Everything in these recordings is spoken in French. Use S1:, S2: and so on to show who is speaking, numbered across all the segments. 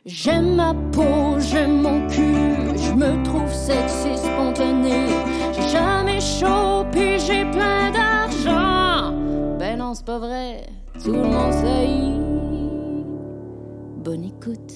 S1: J'aime ma peau, j'aime mon cul, je me trouve sexy spontané. J'ai jamais chaud, puis j'ai plein d'argent. Ben non, c'est pas vrai, tout le monde sait. Bonne écoute.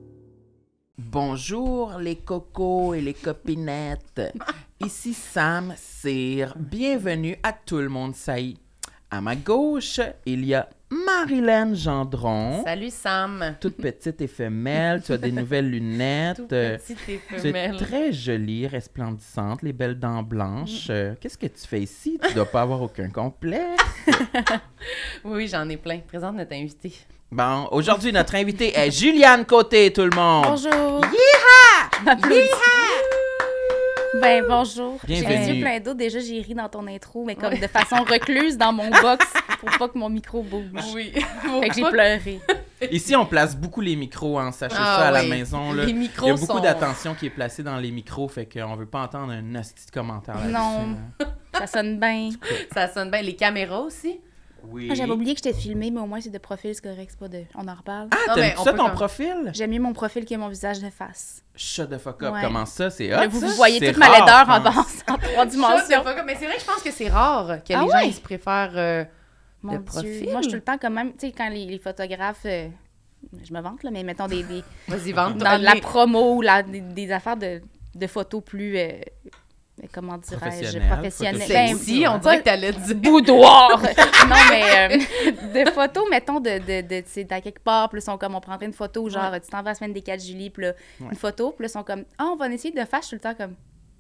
S2: Bonjour les cocos et les copinettes. Ici Sam Cyr. Bienvenue à Tout le monde sait. À ma gauche, il y a Marilyn Gendron.
S3: Salut Sam.
S2: Toute petite et femelle, tu as des nouvelles lunettes.
S3: Toute petite et femelle.
S2: Tu es très jolie, resplendissante, les belles dents blanches. Qu'est-ce que tu fais ici? Tu dois pas avoir aucun complexe.
S3: Oui, j'en ai plein. Présente notre invité.
S2: Bon, aujourd'hui, notre invitée est Juliane Côté, tout le monde.
S4: Bonjour.
S2: Yeeha!
S4: Ben, bonjour.
S2: Bienvenue.
S4: J'ai les yeux pleins d'eau. Déjà, j'ai ri dans ton intro, mais comme de façon recluse dans mon box pour pas que mon micro bouge.
S3: Oui.
S4: Fait que j'ai pleuré.
S2: Ici, on place beaucoup les micros, hein, sachez
S3: Ah
S2: ça à la
S3: oui.
S2: maison. Là.
S3: Les micros
S2: Il y a beaucoup
S3: sont-
S2: d'attention qui est placée dans les micros, fait qu'on veut pas entendre un hostie de commentaire là-dessus.
S4: Non. Ça sonne bien.
S3: Ça sonne bien. Les caméras aussi.
S2: Oui.
S4: Ah, j'avais oublié que j'étais filmée, mais au moins c'est de profil, c'est correct, c'est pas de... On en reparle.
S2: Ah,
S3: Non, mais
S2: t'aimes
S3: on
S2: ça
S3: peut
S2: ton
S3: comme-
S2: profil?
S4: J'aime mieux mon profil que mon visage de face.
S2: Shut the fuck up.
S4: Ouais.
S2: Comment ça? C'est
S4: Là,
S2: hot,
S4: vous
S2: ça?
S4: voyez
S2: C'est
S4: toute ma
S2: rare,
S4: laideur
S2: je
S4: en
S2: pense.
S4: danse en 3 dimensions.
S3: Mais c'est vrai que je pense que c'est rare que
S4: Ah
S3: les gens
S4: ouais?
S3: ils se préfèrent
S4: Mon
S3: de
S4: Dieu.
S3: profil.
S4: Moi, je suis tout le temps quand même... Tu sais, quand les photographes... je me vante, là, mais mettons des
S3: Vas-y, vente.
S4: dans la promo ou des affaires de photos plus... comment dirais-je?
S2: Professionnelles,
S4: Professionnelles.
S2: photos
S3: Sexy, on dirait que t'allais dire.
S4: Boudoir! Non, mais de photos, mettons, tu sais, dans quelque part, puis là, ils sont comme, on prendrait une photo, genre, tu t'en vas à la semaine des 4 juillet, puis là, une photo, puis là, ils sont comme, on va en essayer de faire, je suis tout le temps comme...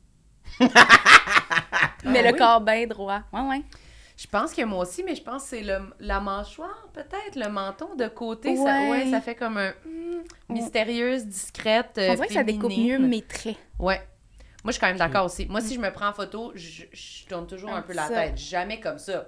S4: mais
S3: Ah
S4: le
S3: oui?
S4: corps bien droit. Ouais.
S3: Je pense que moi aussi, mais je pense que c'est la mâchoire, peut-être, le menton de côté.
S4: Ouais.
S3: Ça fait comme un mystérieuse, discrète,
S4: On dirait que ça découpe mieux
S3: féminine.
S4: mes traits.
S3: Ouais. Moi, je suis quand même d'accord aussi. Moi, si je me prends en photo, je tourne toujours un peu la
S4: Ça.
S3: tête. Jamais comme ça.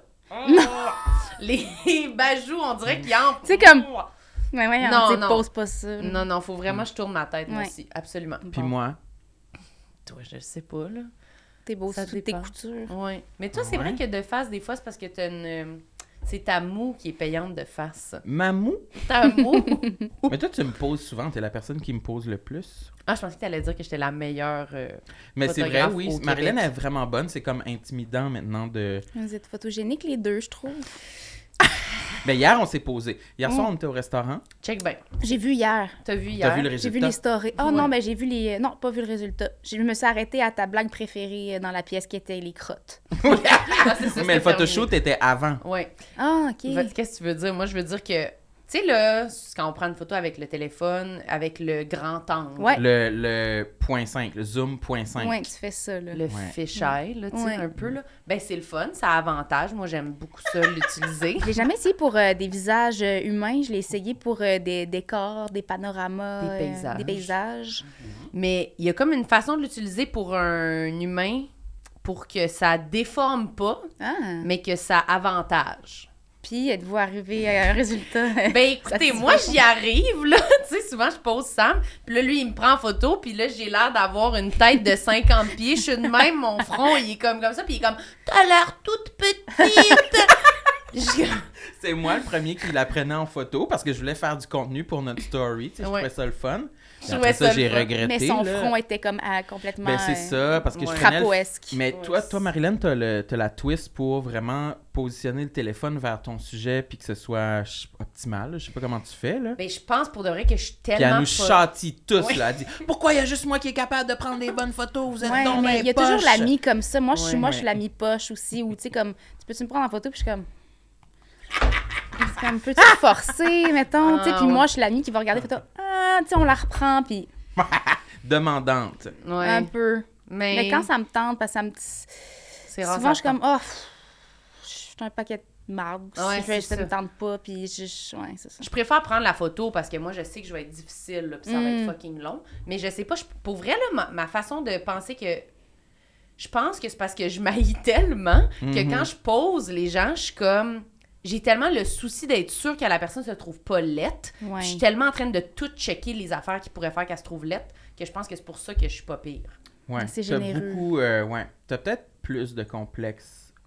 S3: Les bajoux, on dirait qu'ils en...
S4: Tu sais, comme- Mais ouais,
S3: Non,
S4: on dit,
S3: non.
S4: pose pas ça.
S3: Non, faut vraiment que je tourne ma tête, moi
S4: Ouais.
S3: aussi. Absolument.
S2: Puis moi?
S3: Toi, je le sais pas, là.
S4: T'es beau
S3: Ça
S4: sous tes
S3: dépend.
S4: coutures.
S3: Ouais. Mais toi, c'est vrai
S2: Ouais.
S3: que de face, des fois, c'est parce que t'as une... C'est ta moue qui est payante de face.
S2: Mamou?
S3: Ta moue?
S2: Mais toi, tu me poses souvent. T'es la personne qui me pose le plus.
S3: Ah, je pensais que t'allais dire que j'étais la meilleure...
S2: Mais c'est vrai,
S3: photographe
S2: oui.
S3: au
S2: Marilyn
S3: Québec.
S2: est vraiment bonne. C'est comme intimidant maintenant de...
S4: Vous êtes photogéniques, les deux, je trouve.
S2: Mais hier, on s'est posé. Hier soir, on était au restaurant.
S3: Check bien.
S4: J'ai vu hier.
S3: T'as vu hier?
S2: T'as vu le
S4: J'ai
S2: résultat?
S4: vu les stories. Oh
S3: Ouais.
S4: non, mais j'ai vu les... Non, pas vu le résultat. Je me suis arrêtée à ta blague préférée dans la pièce qui était les crottes.
S3: Ah, c'est ça,
S2: Mais le
S3: c'était
S2: photoshoot était avant.
S3: terminé. Ouais.
S4: Ah, OK.
S3: Qu'est-ce que tu veux dire? Moi, je veux dire que... Tu sais, là, quand on prend une photo avec le téléphone, avec le grand angle,
S4: Ouais.
S2: Le point 5, le zoom point 5.
S4: Ouais, tu fais ça, là.
S3: le
S2: Ouais.
S3: fisheye, là, tu sais,
S4: Ouais.
S3: un peu, là, ben c'est le fun, ça a avantage. Moi, j'aime beaucoup ça, l'utiliser.
S4: Je l'ai jamais essayé pour des visages humains. Je l'ai essayé pour des décors, des panoramas.
S3: Des paysages.
S4: Des paysages.
S3: Mais il y a comme une façon de l'utiliser pour un humain pour que ça déforme pas,
S4: Ah.
S3: mais que ça avantage.
S4: Puis, êtes-vous arrivé à un résultat?
S3: Ben écoutez, moi j'y arrive, là. Tu sais, souvent je pose Sam, puis là, lui, il me prend en photo, puis là, j'ai l'air d'avoir une tête de 50 pieds. Je suis de même, mon front, il est comme ça, puis il est comme « T'as l'air toute petite! »
S2: C'est moi le premier qui la prenait en photo parce que je voulais faire du contenu pour notre story. Tu sais, je
S3: Ouais.
S2: trouvais ça le fun.
S3: Je
S2: Puis
S3: trouvais
S2: après ça,
S3: ça
S2: j'ai
S3: le fun.
S2: regretté.
S4: Mais son
S2: là.
S4: front était comme complètement...
S2: Ben, c'est ça, parce que
S3: Ouais.
S2: je prenais le...
S4: Crapoesque.
S2: Mais
S3: Ouais,
S2: toi, Marilyn, t'as la twist pour vraiment positionner le téléphone vers ton sujet puis que ce soit optimal. là. Je sais pas comment tu fais, là.
S3: Ben je pense pour de vrai que je suis
S2: Puis elle
S3: tellement
S2: nous
S3: pas...
S2: châtie tous,
S3: Ouais.
S2: là. Elle dit « Pourquoi il y a juste moi qui est capable de prendre des bonnes photos? Vous êtes
S4: Ouais,
S2: donc
S4: mais
S2: ben
S4: il y a toujours
S2: poche.
S4: l'ami comme ça. Moi, je suis
S3: Ouais.
S4: moi, je suis l'ami poche aussi. Ou, tu sais, comme, tu peux-tu me prendre en photo? Puis je suis comme... C'est comme, peux-tu te forcer, mettons? Tu sais, puis
S3: ouais.
S4: moi, je suis l'ami qui va regarder la photo. Ah, tu sais, on la reprend, puis
S2: Demandante.
S3: Ouais.
S4: un peu.
S3: Mais,
S4: Mais quand ça me tente, parce que ça me...
S3: c'est rare,
S4: Souvent, je
S3: ça
S4: suis comme, oh, je suis un paquet de marde.
S3: Ouais,
S4: Ça
S3: c'est
S4: me
S3: ça.
S4: tente pas, puis ouais, c'est ça.
S3: Je préfère prendre la photo parce que moi, je sais que je vais être difficile, là, puis ça va être fucking long. Mais je sais pas, pour vrai, là, ma façon de penser que... Je pense que c'est parce que je m'haïs tellement que quand je pose les gens, je suis comme... J'ai tellement le souci d'être sûre que la personne se trouve pas laite.
S4: Ouais.
S3: Je suis tellement en train de tout checker les affaires qui pourraient faire qu'elle se trouve laite que je pense que c'est pour ça que je suis pas pire.
S2: Ouais.
S4: C'est
S2: T'as
S4: généreux.
S2: beaucoup... ouais. T'as peut-être plus de complexes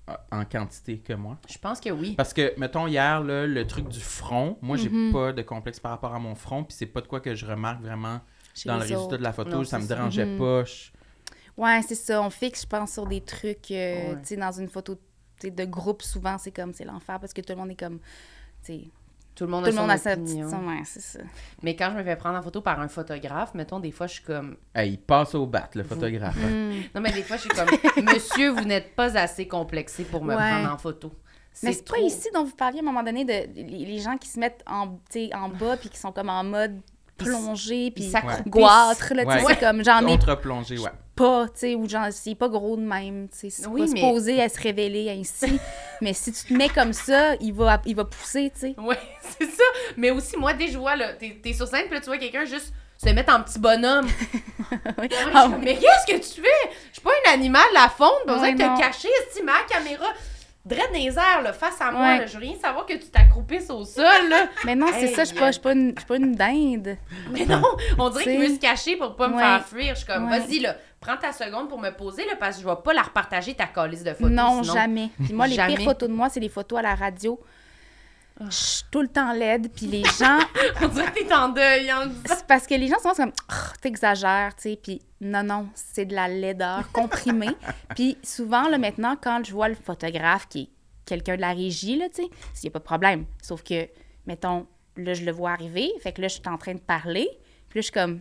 S2: en quantité que moi.
S3: Je pense que oui.
S2: Parce que, mettons, hier, là, le truc du front, moi, j'ai pas de complexe par rapport à mon front, puis c'est pas de quoi que je remarque vraiment
S4: Chez
S2: dans le
S4: les
S2: résultat
S4: autres.
S2: de la photo.
S3: Non,
S2: Ça me
S3: c'est ça.
S2: dérangeait pas.
S4: Ouais, c'est ça. On fixe, je pense, sur des trucs, tu
S3: Ouais.
S4: sais, dans une photo de groupe, souvent, c'est l'enfer parce que tout le monde est comme, tu sais,
S3: Tout le monde
S4: tout le monde
S3: a
S4: a
S3: son
S4: sa petite...
S3: opinion.
S4: Ouais, c'est ça.
S3: Mais quand je me fais prendre en photo par un photographe, mettons, des fois, je suis comme...
S2: Hey, il passe au bat, le photographe. hein.
S3: Non, mais des fois, je suis comme, monsieur, vous n'êtes pas assez complexé pour me
S4: Ouais.
S3: prendre en photo.
S4: Mais c'est pas ici dont vous parliez à un moment donné de les gens qui se mettent en, tu sais, en bas puis qui sont comme en mode plongée puis
S3: s'accroupissent.
S4: goitre, là, tu sais,
S2: Ouais.
S4: c'est comme, j'en ai
S2: Contre-plongée, ouais.
S4: pas, tu sais, ou genre, c'est pas gros de même, tu sais, c'est
S3: Oui,
S4: pas
S3: mais-
S4: supposé à se révéler ainsi, mais si tu te mets comme ça, il va pousser, tu sais.
S3: Ouais, c'est ça. Mais aussi, moi, dès que je vois, là, t'es sur scène, puis là, tu vois quelqu'un juste se mettre en petit bonhomme.
S4: Oui.
S3: Ouais, je suis
S4: Ah
S3: comme,
S4: oui.
S3: mais qu'est-ce que tu fais? Je suis pas un animal, la faune, pas besoin
S4: Ouais,
S3: de
S4: non.
S3: te cacher, si ma caméra, drette dans les airs, là, face à moi,
S4: Ouais.
S3: là, je veux rien savoir que tu t'accroupisses au sol, là.
S4: Mais non, c'est
S3: Hey,
S4: ça, je suis pas une dinde.
S3: Mais non, on dirait qu'il
S4: T'sais.
S3: veut se cacher pour pas me
S4: Ouais.
S3: faire fuir. Je suis comme,
S4: Ouais.
S3: vas-y, là, prends ta seconde pour me poser, là, parce que je vais pas la repartager, ta calice de photos.
S4: Non,
S3: sinon...
S4: jamais. Puis moi, les
S3: Jamais.
S4: pires photos de moi, c'est les photos à la radio. Je suis tout le temps laide, puis les gens...
S3: On dirait que t'es en deuil en le disant.
S4: C'est parce que les gens sont comme t'exagères, tu sais, puis non, c'est de la laideur comprimée. Puis souvent, là, maintenant, quand je vois le photographe qui est quelqu'un de la régie, là, tu sais, il n'y a pas de problème. Sauf que, mettons, là, je le vois arriver, fait que là, je suis en train de parler, puis là, je suis comme...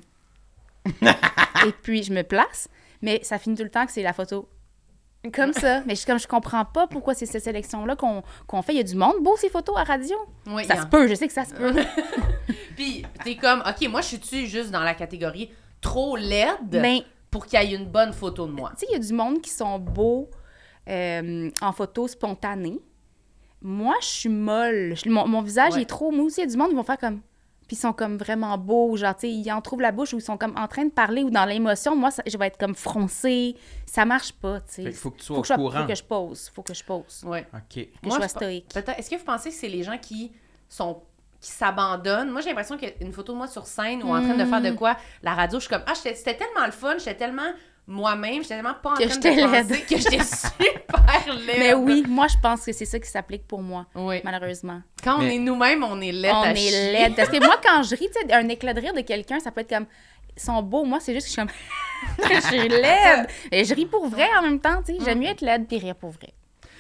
S4: Et puis, je me place, mais ça finit tout le temps que c'est la photo comme ça. Mais je comprends pas pourquoi c'est cette sélection-là qu'on fait. Il y a du monde beau, ces photos à radio.
S3: Oui,
S4: Ça se peut, je sais que ça se peut.
S3: Puis t'es comme, OK, moi, je suis-tu juste dans la catégorie trop laide
S4: Mais...
S3: pour qu'il y ait une bonne photo de moi?
S4: Tu sais, il y a du monde qui sont beaux en photo spontanée. Moi, je suis molle. Mon visage
S3: Ouais.
S4: est trop mou. Il y a du monde qui vont faire comme... Puis ils sont comme vraiment beaux. Genre, tu sais, ils en trouvent la bouche ou ils sont comme en train de parler ou dans l'émotion. Moi, je vais être comme froncée. Ça marche pas, tu sais.
S2: Fait qu'il faut que tu sois
S4: Faut
S2: au courant.
S4: Faut que je pose. Faut que je pose.
S3: Ouais.
S2: OK.
S4: Que je
S3: Moi,
S4: sois
S3: je-
S4: stoïque.
S3: Peut-être. Est-ce que vous pensez que c'est les gens qui s'abandonnent? Moi, j'ai l'impression qu'une photo de moi sur scène ou en train de faire de quoi, la radio, je suis comme, c'était tellement le fun, j'étais tellement moi-même, j'étais tellement pas en
S4: Que
S3: train
S4: j'étais
S3: de
S4: laide.
S3: penser que j'étais super laide.
S4: Mais oui, moi, je pense que c'est ça qui s'applique pour moi,
S3: Oui.
S4: malheureusement.
S3: Quand on
S2: Mais-
S3: est nous-mêmes, on est laide
S4: On
S3: à
S4: est
S3: chier.
S4: laide. Parce que moi, quand je ris, tu sais, un éclat de rire de quelqu'un, ça peut être comme... Ils sont beaux. Moi, c'est juste que je suis comme... je suis laide. Et je ris pour vrai en même temps, tu sais. J'aime mieux être laide puis rire pour vrai.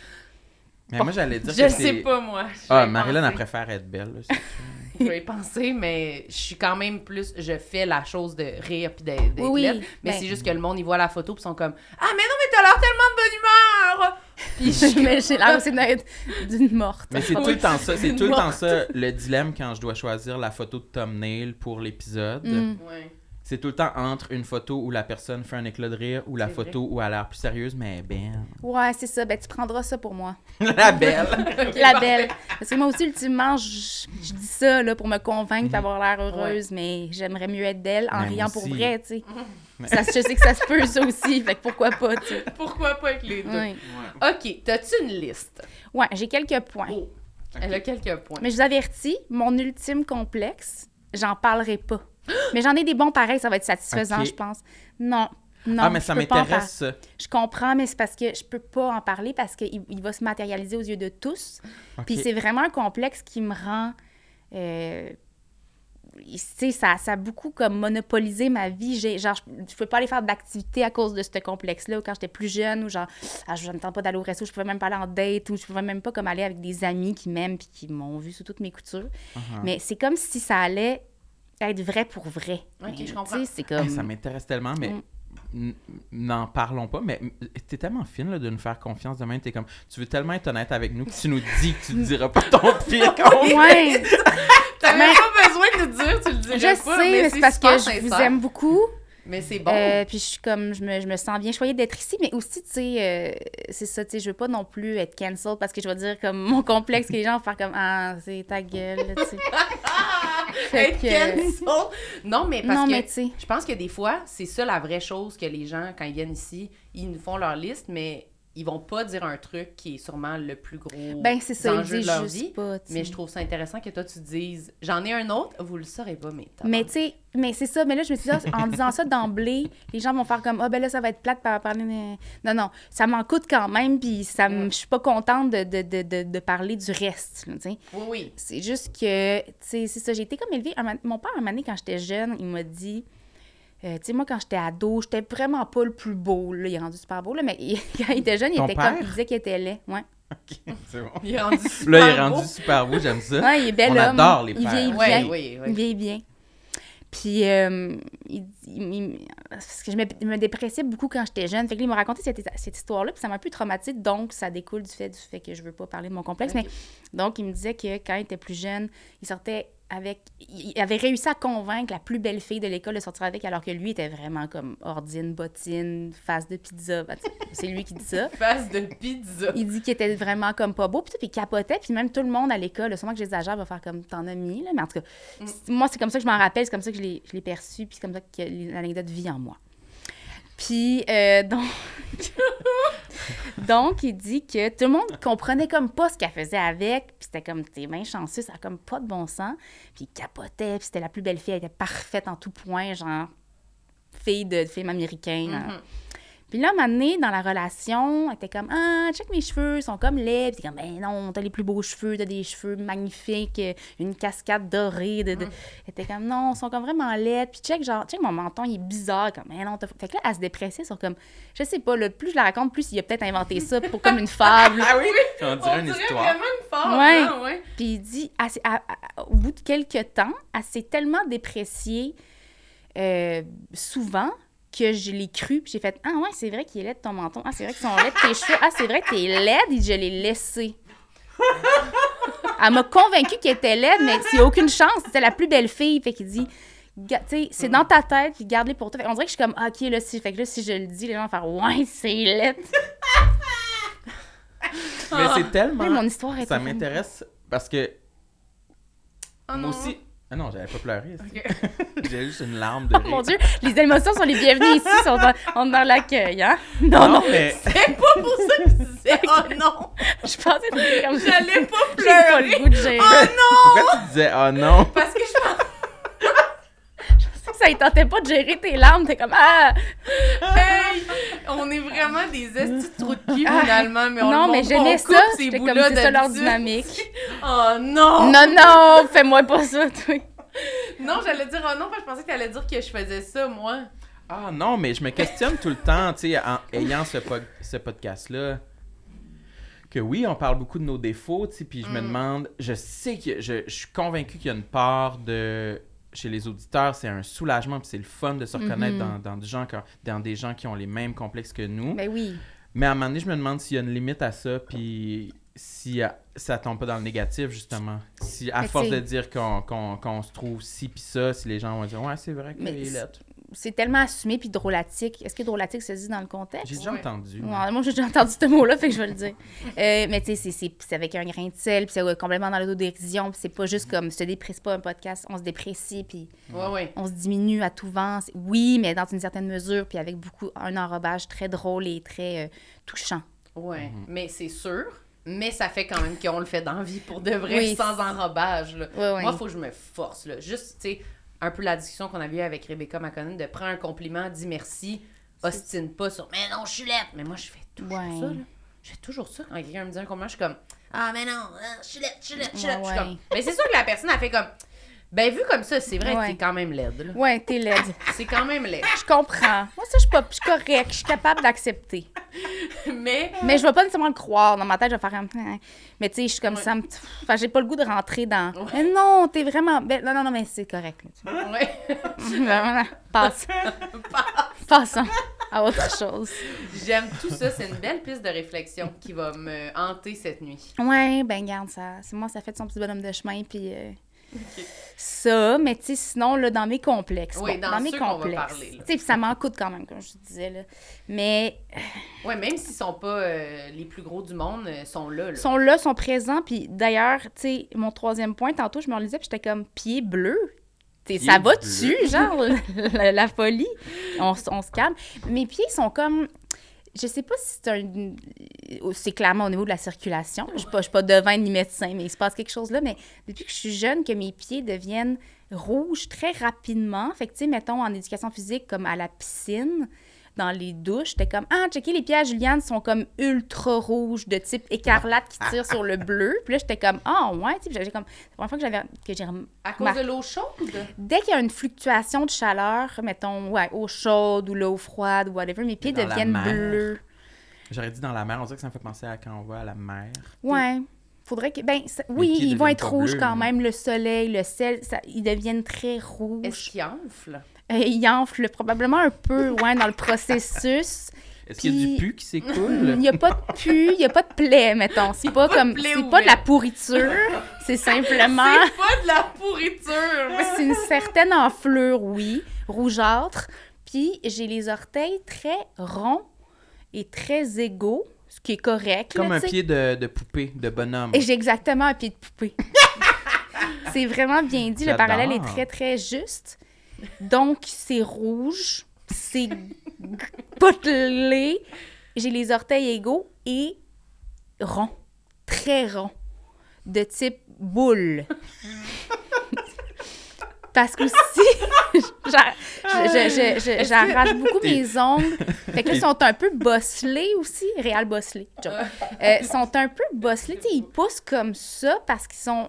S2: Mais moi, j'allais dire
S3: Je
S2: que
S3: sais
S2: c'est...
S3: pas, moi. Je
S2: Ah,
S3: vais y
S2: Marilyn, elle
S3: penser.
S2: préfère être belle. là, c'est tout.
S3: Je vais y penser, mais je suis quand même plus... Je fais la chose de rire puis d'être
S4: Oui,
S3: laide. Mais
S4: ben-
S3: c'est juste que le monde, il voit la photo puis ils sont comme « Ah, mais non, mais t'as l'air tellement de bonne humeur! » Puis je suis
S4: Mais j'ai l'air aussi d'être d'une morte.
S2: Mais c'est
S4: Pas
S2: tout le
S4: vrai.
S2: temps ça. C'est
S3: Une
S2: tout le temps
S3: morte.
S2: ça, le dilemme quand je dois choisir la photo de thumbnail pour l'épisode.
S3: Ouais.
S2: C'est tout le temps entre une photo où la personne fait un éclat de rire ou la
S3: C'est
S2: photo où elle a l'air plus sérieuse, mais ben...
S4: Ouais, c'est ça. Ben, tu prendras ça pour moi.
S2: La belle!
S3: Ok,
S4: La
S3: parfait.
S4: belle. Parce que moi aussi, ultimement, je dis ça là, pour me convaincre d'avoir l'air heureuse, mais j'aimerais mieux être d'elle en
S2: Mais
S4: riant
S2: moi
S4: pour
S2: aussi.
S4: vrai, tu sais.
S2: Mais-
S4: Ça, je sais que ça se peut, ça aussi. Fait que pourquoi pas, tu sais.
S3: Pourquoi pas avec les deux?
S4: Ouais.
S3: OK, t'as-tu une liste?
S4: Ouais, j'ai quelques points.
S3: Oh, elle a quelques points.
S4: Mais je vous avertis, mon ultime complexe, j'en parlerai pas. Mais j'en ai des bons pareils, ça va être satisfaisant,
S2: Ok.
S4: je pense. Non. Non,
S2: Ah, mais
S4: je
S2: ça
S4: peux pas en
S2: m'intéresse, ça.
S4: Je comprends, mais c'est parce que je peux pas en parler parce qu'il va se matérialiser aux yeux de tous.
S2: Ok.
S4: Puis c'est vraiment un complexe qui me rend... tu sais, ça a beaucoup comme monopolisé ma vie. Genre, je pouvais pas aller faire d'activité à cause de ce complexe-là. Ou quand j'étais plus jeune, ou genre, je ne me tente pas d'aller au resto, je pouvais même pas aller en date, ou je pouvais même pas comme aller avec des amis qui m'aiment puis qui m'ont vu sous toutes mes coutures. Mais c'est comme si ça allait être vrai pour vrai.
S3: Ok,
S4: Mais,
S3: je comprends.
S4: tu sais, c'est
S2: Hey,
S4: comme...
S2: ça m'intéresse tellement, mais n'en parlons pas. Mais t'es tellement fine là, de nous faire confiance demain. T'es comme, tu veux tellement être honnête avec nous que tu nous dis que tu ne diras pas ton pire complexe.
S4: Ouais,
S3: T'avais
S4: Mais-
S3: pas besoin de nous dire, tu le dirais
S4: je
S3: pas,
S4: sais, mais c'est parce que
S3: super
S4: je vous
S3: sincère.
S4: aime beaucoup.
S3: Mais c'est bon.
S4: Puis je suis comme, je me sens bien choyée d'être ici, mais aussi, tu sais, c'est ça, tu sais, je veux pas non plus être cancel parce que je vais dire comme mon complexe que les gens vont faire comme, ah, c'est ta gueule, là, tu sais. Fait
S3: Être
S4: que-
S3: cancel. Non, mais parce
S4: Non,
S3: que
S4: mais tu sais.
S3: je pense que des fois, c'est ça la vraie chose que les gens, quand ils viennent ici, ils nous font leur liste, mais ils vont pas dire un truc qui est sûrement le plus gros
S4: Ben, c'est ça, ils
S3: enjeu de
S4: disent
S3: leur
S4: juste
S3: vie.
S4: pas, tu sais.
S3: Mais je trouve ça intéressant que toi, tu dises « J'en ai un autre, vous le saurez pas, mais... »
S4: Mais tu sais, mais c'est ça. Mais là, je me suis dit, en disant ça d'emblée, les gens vont faire comme, ah, ben là, ça va être plate par parler. Non, ça m'en coûte quand même, puis je suis pas contente de parler du reste, tu sais.
S3: Oui.
S4: C'est juste que, tu sais, c'est ça. J'ai été comme élevée. Mon père, un moment donné, quand j'étais jeune, il m'a dit, tu sais, moi, quand j'étais ado, j'étais vraiment pas le plus beau, là. Il est rendu super beau, là, mais quand il était jeune,
S2: Ton père?
S4: il disait qu'il était laid, ouais.
S2: OK, c'est bon.
S3: Il est rendu super
S2: Là, il est
S3: beau.
S2: rendu super beau, j'aime ça.
S4: Ouais, il est bel
S2: On
S4: homme.
S2: adore les
S4: Il
S2: pères.
S4: vieillit
S3: Ouais,
S4: bien.
S3: oui.
S4: Il vieillit bien. Puis, parce que je me dépressais beaucoup quand j'étais jeune. Fait que là, il m'a raconté cette histoire-là, puis ça m'a un peu traumatisée. Donc, ça découle du fait que je veux pas parler de mon complexe.
S3: Okay.
S4: Mais donc, il me disait que quand il était plus jeune, il sortait il avait réussi à convaincre la plus belle fille de l'école de sortir avec, alors que lui était vraiment comme ordine, bottine, face de pizza. Ben, c'est lui qui dit ça.
S3: Face de pizza.
S4: Il dit qu'il était vraiment comme pas beau, puis il capotait, puis même tout le monde à l'école, sûrement que j'exagère, va faire comme t'en as mis, là, mais en tout cas, moi, c'est comme ça que je m'en rappelle, c'est comme ça que je l'ai perçu, puis c'est comme ça que l'anecdote vit en moi. Puis, donc, il dit que tout le monde comprenait comme pas ce qu'elle faisait avec, puis c'était comme, t'es bien chanceux, ça a comme pas de bon sens, puis il capotait, puis c'était la plus belle fille, elle était parfaite en tout point, genre, fille de film américain.
S3: Mm-hmm.
S4: Puis là, un moment donné, dans la relation, elle était comme « Ah, check mes cheveux, ils sont comme laids. » Puis comme « Ben non, t'as les plus beaux cheveux, t'as des cheveux magnifiques, une cascade dorée. Elle était comme « Non, ils sont comme vraiment laids. » Puis check mon menton, il est bizarre. Comme « Ben non, t'as... » Fait que là, elle se dépressait sur comme... Je sais pas, là, plus je la raconte, plus il a peut-être inventé ça pour comme une fable.
S2: Ah oui? On dirait une histoire.
S3: Vraiment une fable,
S4: Ouais.
S3: hein, ouais.
S4: Puis il dit, au bout de quelques temps, elle s'est tellement dépréciée souvent que je l'ai cru, puis j'ai fait « Ah ouais, c'est vrai qu'il est laid de ton menton. Ah, c'est vrai qu'ils sont laids de tes cheveux. Ah, c'est vrai que t'es laide. » Et je l'ai laissé. Elle m'a convaincue qu'elle était laide, mais s'il n'y a aucune chance, c'était la plus belle fille. Fait qu'il dit « Tu sais, c'est dans ta tête, puis garde-les pour toi. » Fait qu'on dirait que je suis comme « OK, là, si je le dis, les gens vont faire « Ouais, c'est laid. »
S2: Mais c'est tellement...
S4: Oui, mon histoire est
S2: Ça m'intéresse parce que
S3: Oh
S2: moi
S3: non.
S2: aussi... Ah non, j'avais pas pleuré.
S3: Ok.
S2: J'ai juste une larme de
S4: Oh
S2: rire.
S4: mon Dieu, les émotions sont les bienvenues ici, on est dans l'accueil, hein? Non,
S2: mais...
S3: C'est pas pour ça que tu disais « Oh non!
S4: je pensais que c'était comme ça.
S3: J'allais pas
S4: J'ai pas le
S3: pleurer!
S4: goût de gérer.
S3: Oh non!
S2: Pourquoi tu disais « Oh non »
S3: Parce que je pense...
S4: Ça, il tentait pas de gérer tes larmes, t'es comme « Ah! »
S3: Hey! On est vraiment des estis de trous de cul, finalement, mais on
S4: Non,
S3: le
S4: mais
S3: montre
S4: j'aimais
S3: pas, on
S4: ça,
S3: coupe ces
S4: j'étais comme
S3: bouts-là
S4: c'est ça leur
S3: d'habitude.
S4: dynamique.
S3: Oh non!
S4: Non, fais-moi pas ça, toi.
S3: Non, j'allais dire oh non, parce que je pensais que t'allais dire que je faisais ça, moi.
S2: Ah non, mais je me questionne tout le temps, tu sais, en ayant ce podcast-là, que oui, on parle beaucoup de nos défauts, tu sais, puis je me demande, je sais que je suis convaincue qu'il y a une part de... Chez les auditeurs, c'est un soulagement, puis c'est le fun de se reconnaître dans des gens qui ont les mêmes complexes que nous.
S4: Ben oui.
S2: Mais à un moment donné, je me demande s'il y a une limite à ça, puis si ça tombe pas dans le négatif, justement. Si, à
S4: Mais
S2: force
S4: t'sais-
S3: Mm.
S2: de dire qu'on se trouve ci puis ça, si les gens vont dire « Ouais, c'est vrai qu'il
S4: Mais
S2: est lettre.
S4: c'est tellement assumé puis drôlatique. Est-ce que drôlatique se dit dans le contexte?
S2: J'ai déjà
S3: Ouais.
S2: entendu.
S4: Ouais, moi, j'ai déjà entendu ce mot-là, fait que je vais le dire. Mais tu sais, c'est avec un grain de sel, puis c'est complètement dans l'autodérision, puis c'est pas juste comme se déprécie pas un podcast, on se déprécie, puis
S3: Ouais.
S4: on se diminue à tout vent. Oui, mais dans une certaine mesure, puis avec un enrobage très drôle et très touchant.
S3: Ouais. Mais c'est sûr. Mais ça fait quand même qu'on le fait d'envie pour de vrai,
S4: Oui.
S3: sans enrobage. Là.
S4: Ouais.
S3: Moi, il faut que je me force. Là. Juste, tu sais, un peu la discussion qu'on avait eue avec Rebecca McConnell, de prendre un compliment, dis merci, ostine pas sur « Mais non, je suis laide! » Mais moi, je fais toujours
S4: Ouais.
S3: ça. Là. Je fais toujours ça. Quand quelqu'un me dit un compliment, je suis comme « Ah, mais non, je suis laide, je suis laide, je suis laide. » Je suis
S4: Ouais.
S3: comme... Mais c'est sûr que la personne a fait comme « Ben, vu comme ça, c'est vrai
S4: Ouais.
S3: que t'es quand même laide. Là.
S4: Ouais, t'es laide.
S3: C'est quand même laide.
S4: Je comprends. Moi, ça, je suis correcte. Je suis capable d'accepter.
S3: Mais...
S4: Mais je vais pas nécessairement le croire. Dans ma tête, je vais faire un... Mais tu sais, je suis comme
S3: Ouais.
S4: ça. Enfin, j'ai pas le goût de rentrer dans...
S3: Ouais.
S4: Mais non, t'es vraiment... Non, mais c'est correct. Là.
S3: Ouais.
S4: Vraiment, passe. Passons à autre chose.
S3: J'aime tout ça. C'est une belle piste de réflexion qui va me hanter cette nuit.
S4: Ouais, ben garde, moi, ça fait son petit bonhomme de chemin, puis... Ça, mais tu sais, sinon, là, dans mes complexes.
S3: Oui, dans
S4: mes
S3: ceux qu'on va parler, là.
S4: Tu sais, puis ça m'en coûte quand même, comme je te disais, là. Mais
S3: Ouais, même s'ils sont pas les plus gros du monde, sont là.
S4: ils sont là, sont présents, puis d'ailleurs, tu sais, mon troisième point, tantôt, je me relisais, puis j'étais comme pied bleu. T'sais,
S2: Pieds
S4: ça va
S2: bleus.
S4: dessus, genre, la folie. On se calme. Mes pieds sont comme... je sais pas si c'est clairement au niveau de la circulation. Je suis pas devin ni médecin, mais il se passe quelque chose là. Mais depuis que je suis jeune, que mes pieds deviennent rouges très rapidement. Fait que, tu sais, mettons, en éducation physique, comme à la piscine, dans les douches, j'étais comme, checker les pieds à Juliane sont comme ultra rouges, de type écarlate qui tire sur le bleu. Puis là, j'étais comme, ouais, tu sais, j'avais comme, c'est la première fois que j'ai
S3: À cause de l'eau chaude?
S4: Dès qu'il y a une fluctuation de chaleur, mettons, eau chaude ou l'eau froide ou whatever, mes pieds deviennent bleus.
S2: J'aurais dit dans la mer, on dirait que ça me fait penser à quand on va à la mer.
S4: Ouais. Faudrait que. Oui, ils vont être rouges quand même. Le soleil, le sel, ils deviennent très rouges.
S3: Est-ce qu'ils enflent?
S4: Ils enflent probablement un peu, dans le processus.
S2: Est-ce qu'il y a du pu qui s'écoule?
S4: Il n'y a pas de pu, il n'y a pas de plaie, mettons. C'est pas comme. C'est pas de la pourriture. C'est simplement.
S3: C'est pas de la pourriture!
S4: C'est une certaine enflure, oui, rougeâtre. Puis j'ai les orteils très ronds et très égaux. Ce qui est correct.
S2: Comme
S4: là,
S2: un pied de poupée, de bonhomme.
S4: Et j'ai exactement un pied de poupée. C'est vraiment bien dit. Le parallèle est très, très juste. Donc, c'est rouge, c'est potelé. J'ai les orteils égaux et ronds. Très ronds. De type boule. Parce que aussi, j'arrache beaucoup mes ongles. Fait que là, ils sont un peu bosselés aussi. Réal bosselés. Ils sont un peu bosselés. Tu sais, ils poussent comme ça parce qu'ils sont...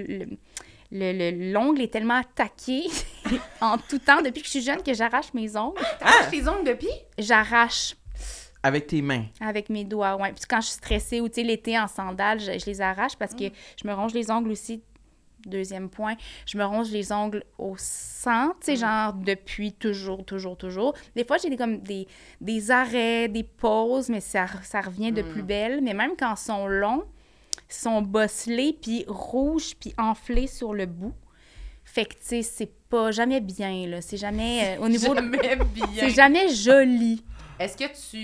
S4: L'ongle est tellement attaqué en tout temps depuis que je suis jeune que j'arrache mes ongles.
S3: T'arraches tes ongles de pied?
S4: J'arrache.
S2: Avec tes mains?
S4: Avec mes doigts, oui. Puis quand je suis stressée ou, tu sais, l'été en sandales, je les arrache parce que je me ronge les ongles aussi. Deuxième point, je me ronge les ongles au sang, tu sais, genre depuis toujours. Des fois, j'ai comme des arrêts, des pauses, mais ça revient de plus belle. Mais même quand ils sont longs, ils sont bosselés, puis rouges, puis enflés sur le bout. Fait que, tu sais, c'est pas jamais bien, là. C'est jamais au niveau...
S3: Jamais bien.
S4: C'est jamais joli.
S3: Est-ce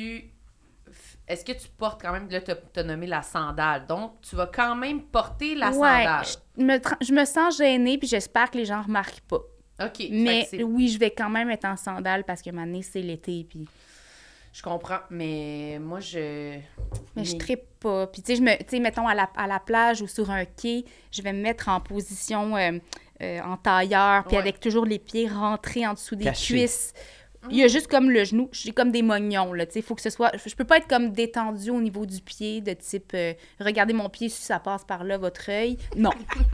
S3: que tu portes quand même, là, t'as nommé la sandale, donc tu vas quand même porter la sandale.
S4: Je me sens gênée, puis j'espère que les gens remarquent pas.
S3: OK.
S4: Mais oui, je vais quand même être en sandale parce que maintenant, c'est l'été, puis...
S3: Je comprends, mais moi,
S4: Mais je trippe pas. Puis tu sais, mettons, à la plage ou sur un quai, je vais me mettre en position en tailleur, puis avec toujours les pieds rentrés en dessous des cuisses. Il y a juste comme le genou, j'ai comme des mognons, là, tu sais, il faut que ce soit... Je peux pas être comme détendue au niveau du pied, de type, regardez mon pied si ça passe par là, votre œil. Non.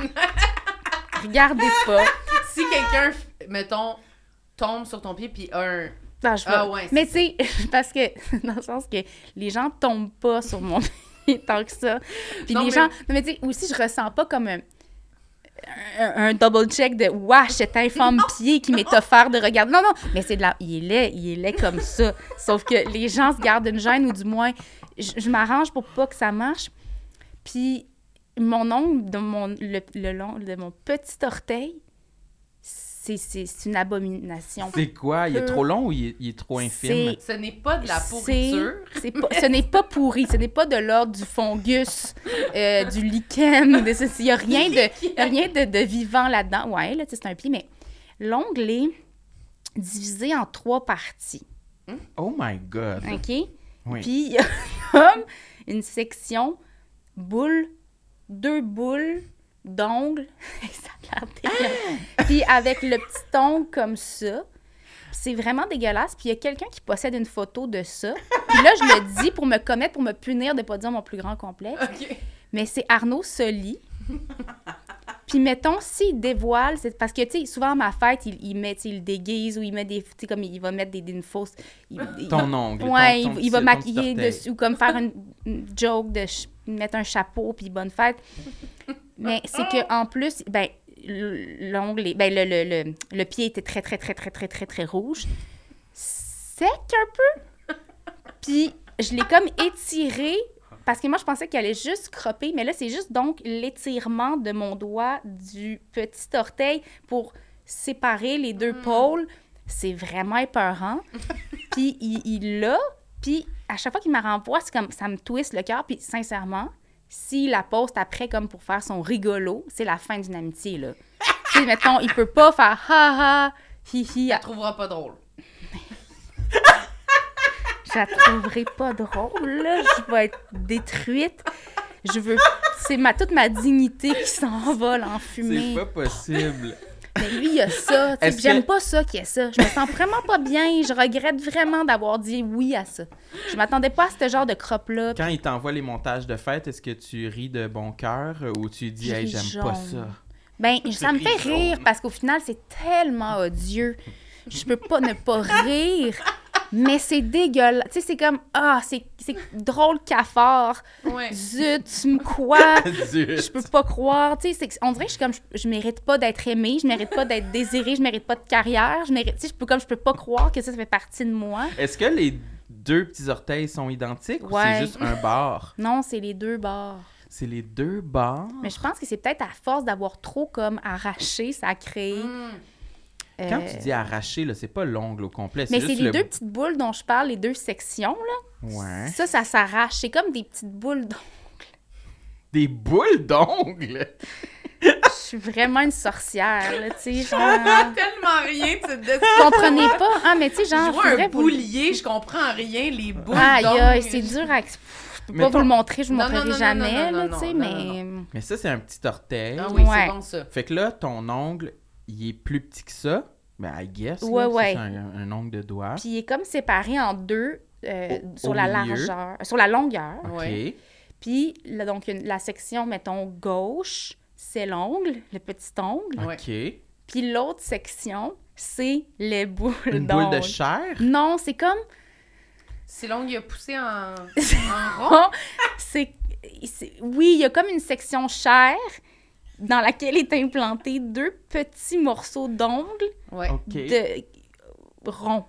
S4: Regardez pas.
S3: Si quelqu'un, mettons, tombe sur ton pied, puis un...
S4: ouais, mais tu sais, parce que, dans le sens que les gens tombent pas sur mon pied tant que ça. Puis les gens... Non, mais tu sais, aussi, je ressens pas comme un double check de « Wesh, cet infâme pied qui m'est offert de regarder. » Non, mais c'est de la... Il est laid comme ça. Sauf que les gens se gardent une gêne, ou du moins, je m'arrange pour pas que ça marche. Puis mon ongle, le long de mon petit orteil, c'est une abomination.
S2: C'est quoi? Il est trop long ou il est trop infime?
S3: Ce n'est pas de la pourriture.
S4: Ce n'est pas pourri. Ce n'est pas de l'ordre du fungus, du lichen. Il n'y a rien de vivant là-dedans. Ouais, là, c'est un pied, mais l'ongle est divisé en 3 parties.
S2: Oh my God!
S4: OK?
S2: Oui.
S4: Puis, il y a comme une section boule, 2 boules d'ongles. Ça a l'air dégueulasse. Puis avec le petit ongle comme ça. C'est vraiment dégueulasse. Puis il y a quelqu'un qui possède une photo de ça. Puis là, je le dis pour me commettre, pour me punir de ne pas dire mon plus grand complexe.
S3: Okay.
S4: Mais c'est Arnaud Soli. Puis mettons, s'il dévoile, c'est parce que, tu sais, souvent à ma fête, il déguise ou il met des... Tu sais, comme il va mettre une fausse...
S2: Ton ongle.
S4: Ouais, il va maquiller dessus ou comme faire une joke de mettre un chapeau puis bonne fête. Mais c'est qu'en plus, ben l'ongle, le pied était très, très, très, très, très, très, très rouge. Sec un peu. Puis je l'ai comme étiré parce que moi, je pensais qu'il allait juste cropper. Mais là, c'est juste donc l'étirement de mon doigt du petit orteil pour séparer les 2 pôles. C'est vraiment épeurant. Puis il l'a. Puis à chaque fois qu'il me renvoie, c'est comme ça me twiste le cœur. Puis sincèrement, s'il la poste après comme pour faire son rigolo, c'est la fin d'une amitié, là. Tu sais, mettons, il peut pas faire « ha ha, hi hi ».
S3: Elle trouvera pas drôle.
S4: Je la trouverai pas drôle, là. Je vais être détruite. C'est toute ma dignité qui s'envole en fumée.
S2: C'est pas possible.
S4: Mais lui, il y a ça.
S2: Est-ce
S4: J'aime
S2: que-
S4: pas ça qu'il y ait ça. Je me sens vraiment pas bien. Je regrette vraiment d'avoir dit oui à ça. Je m'attendais pas à ce genre de crop-là.
S2: Quand il t'envoie les montages de fête, est-ce que tu ris de bon cœur ou tu dis « Hey,
S4: Je ris
S2: j'aime pas
S4: jaune.
S2: ça
S4: Ben, ça me fait
S2: Ris
S4: rire
S2: jaune.
S4: parce qu'au final, c'est tellement odieux. Je peux pas ne pas rire. Mais c'est dégueulasse. Tu sais, c'est comme, c'est drôle cafard.
S3: Ouais.
S4: Zut, quoi? »
S2: Zut.
S4: Je peux pas croire. Tu sais, on dirait que je suis comme, je mérite pas d'être aimée, je mérite pas d'être désirée, je mérite pas de carrière. Tu sais, je peux pas croire que ça fait partie de moi.
S2: Est-ce que les deux petits orteils sont identiques ou
S4: Ouais.
S2: c'est juste un bar?
S4: Non, c'est les deux bords.
S2: C'est les deux bars?
S4: Mais je pense que c'est peut-être à force d'avoir trop comme arraché, ça a créé.
S2: Quand tu dis arracher, là, c'est pas l'ongle au complet.
S4: Mais c'est
S2: juste
S4: les
S2: le...
S4: deux petites boules dont je parle, les deux sections, là.
S2: Ouais.
S4: Ça s'arrache. C'est comme des petites boules.
S2: Des boules d'ongles!
S4: Je suis vraiment une sorcière, là, tu sais, genre...
S3: Tellement rien de cette
S4: Vous comprenez pas? Ah, mais tu sais, genre...
S3: Je vois
S4: faudrait
S3: un
S4: vous-
S3: boulier, je comprends rien, les boules
S4: Aïe,
S3: d'ongles.
S4: aïe, c'est dur à... Je peux pas
S2: Mettons-
S4: vous le montrer, je vous le
S3: Non, non,
S4: montrerai
S3: non,
S4: jamais,
S3: non,
S4: là,
S3: non,
S4: tu sais,
S3: non,
S4: mais...
S2: Mais ça, c'est un petit orteil.
S3: Ah oui,
S4: Ouais.
S3: c'est bon ça.
S2: Fait que là, ton ongle, il est plus petit que ça. Ben, I guess. là,
S4: Ouais,
S2: ça,
S4: ouais.
S2: c'est un ongle de doigt.
S4: Puis il est comme séparé en deux sur
S2: au
S4: la
S2: milieu.
S4: largeur, sur la longueur.
S2: OK.
S3: Ouais.
S4: Puis là, donc, la section, mettons, gauche, c'est l'ongle, le petit ongle.
S3: Ouais.
S2: OK.
S4: Puis l'autre section, c'est les boules
S2: Une boule de
S4: d'ongle.
S2: chair?
S4: Non, c'est comme...
S3: C'est long, il a poussé en rond.
S4: Oui, il y a comme une section chair dans laquelle est implanté deux petits morceaux d'ongles
S3: Ouais.
S2: OK.
S4: de rond,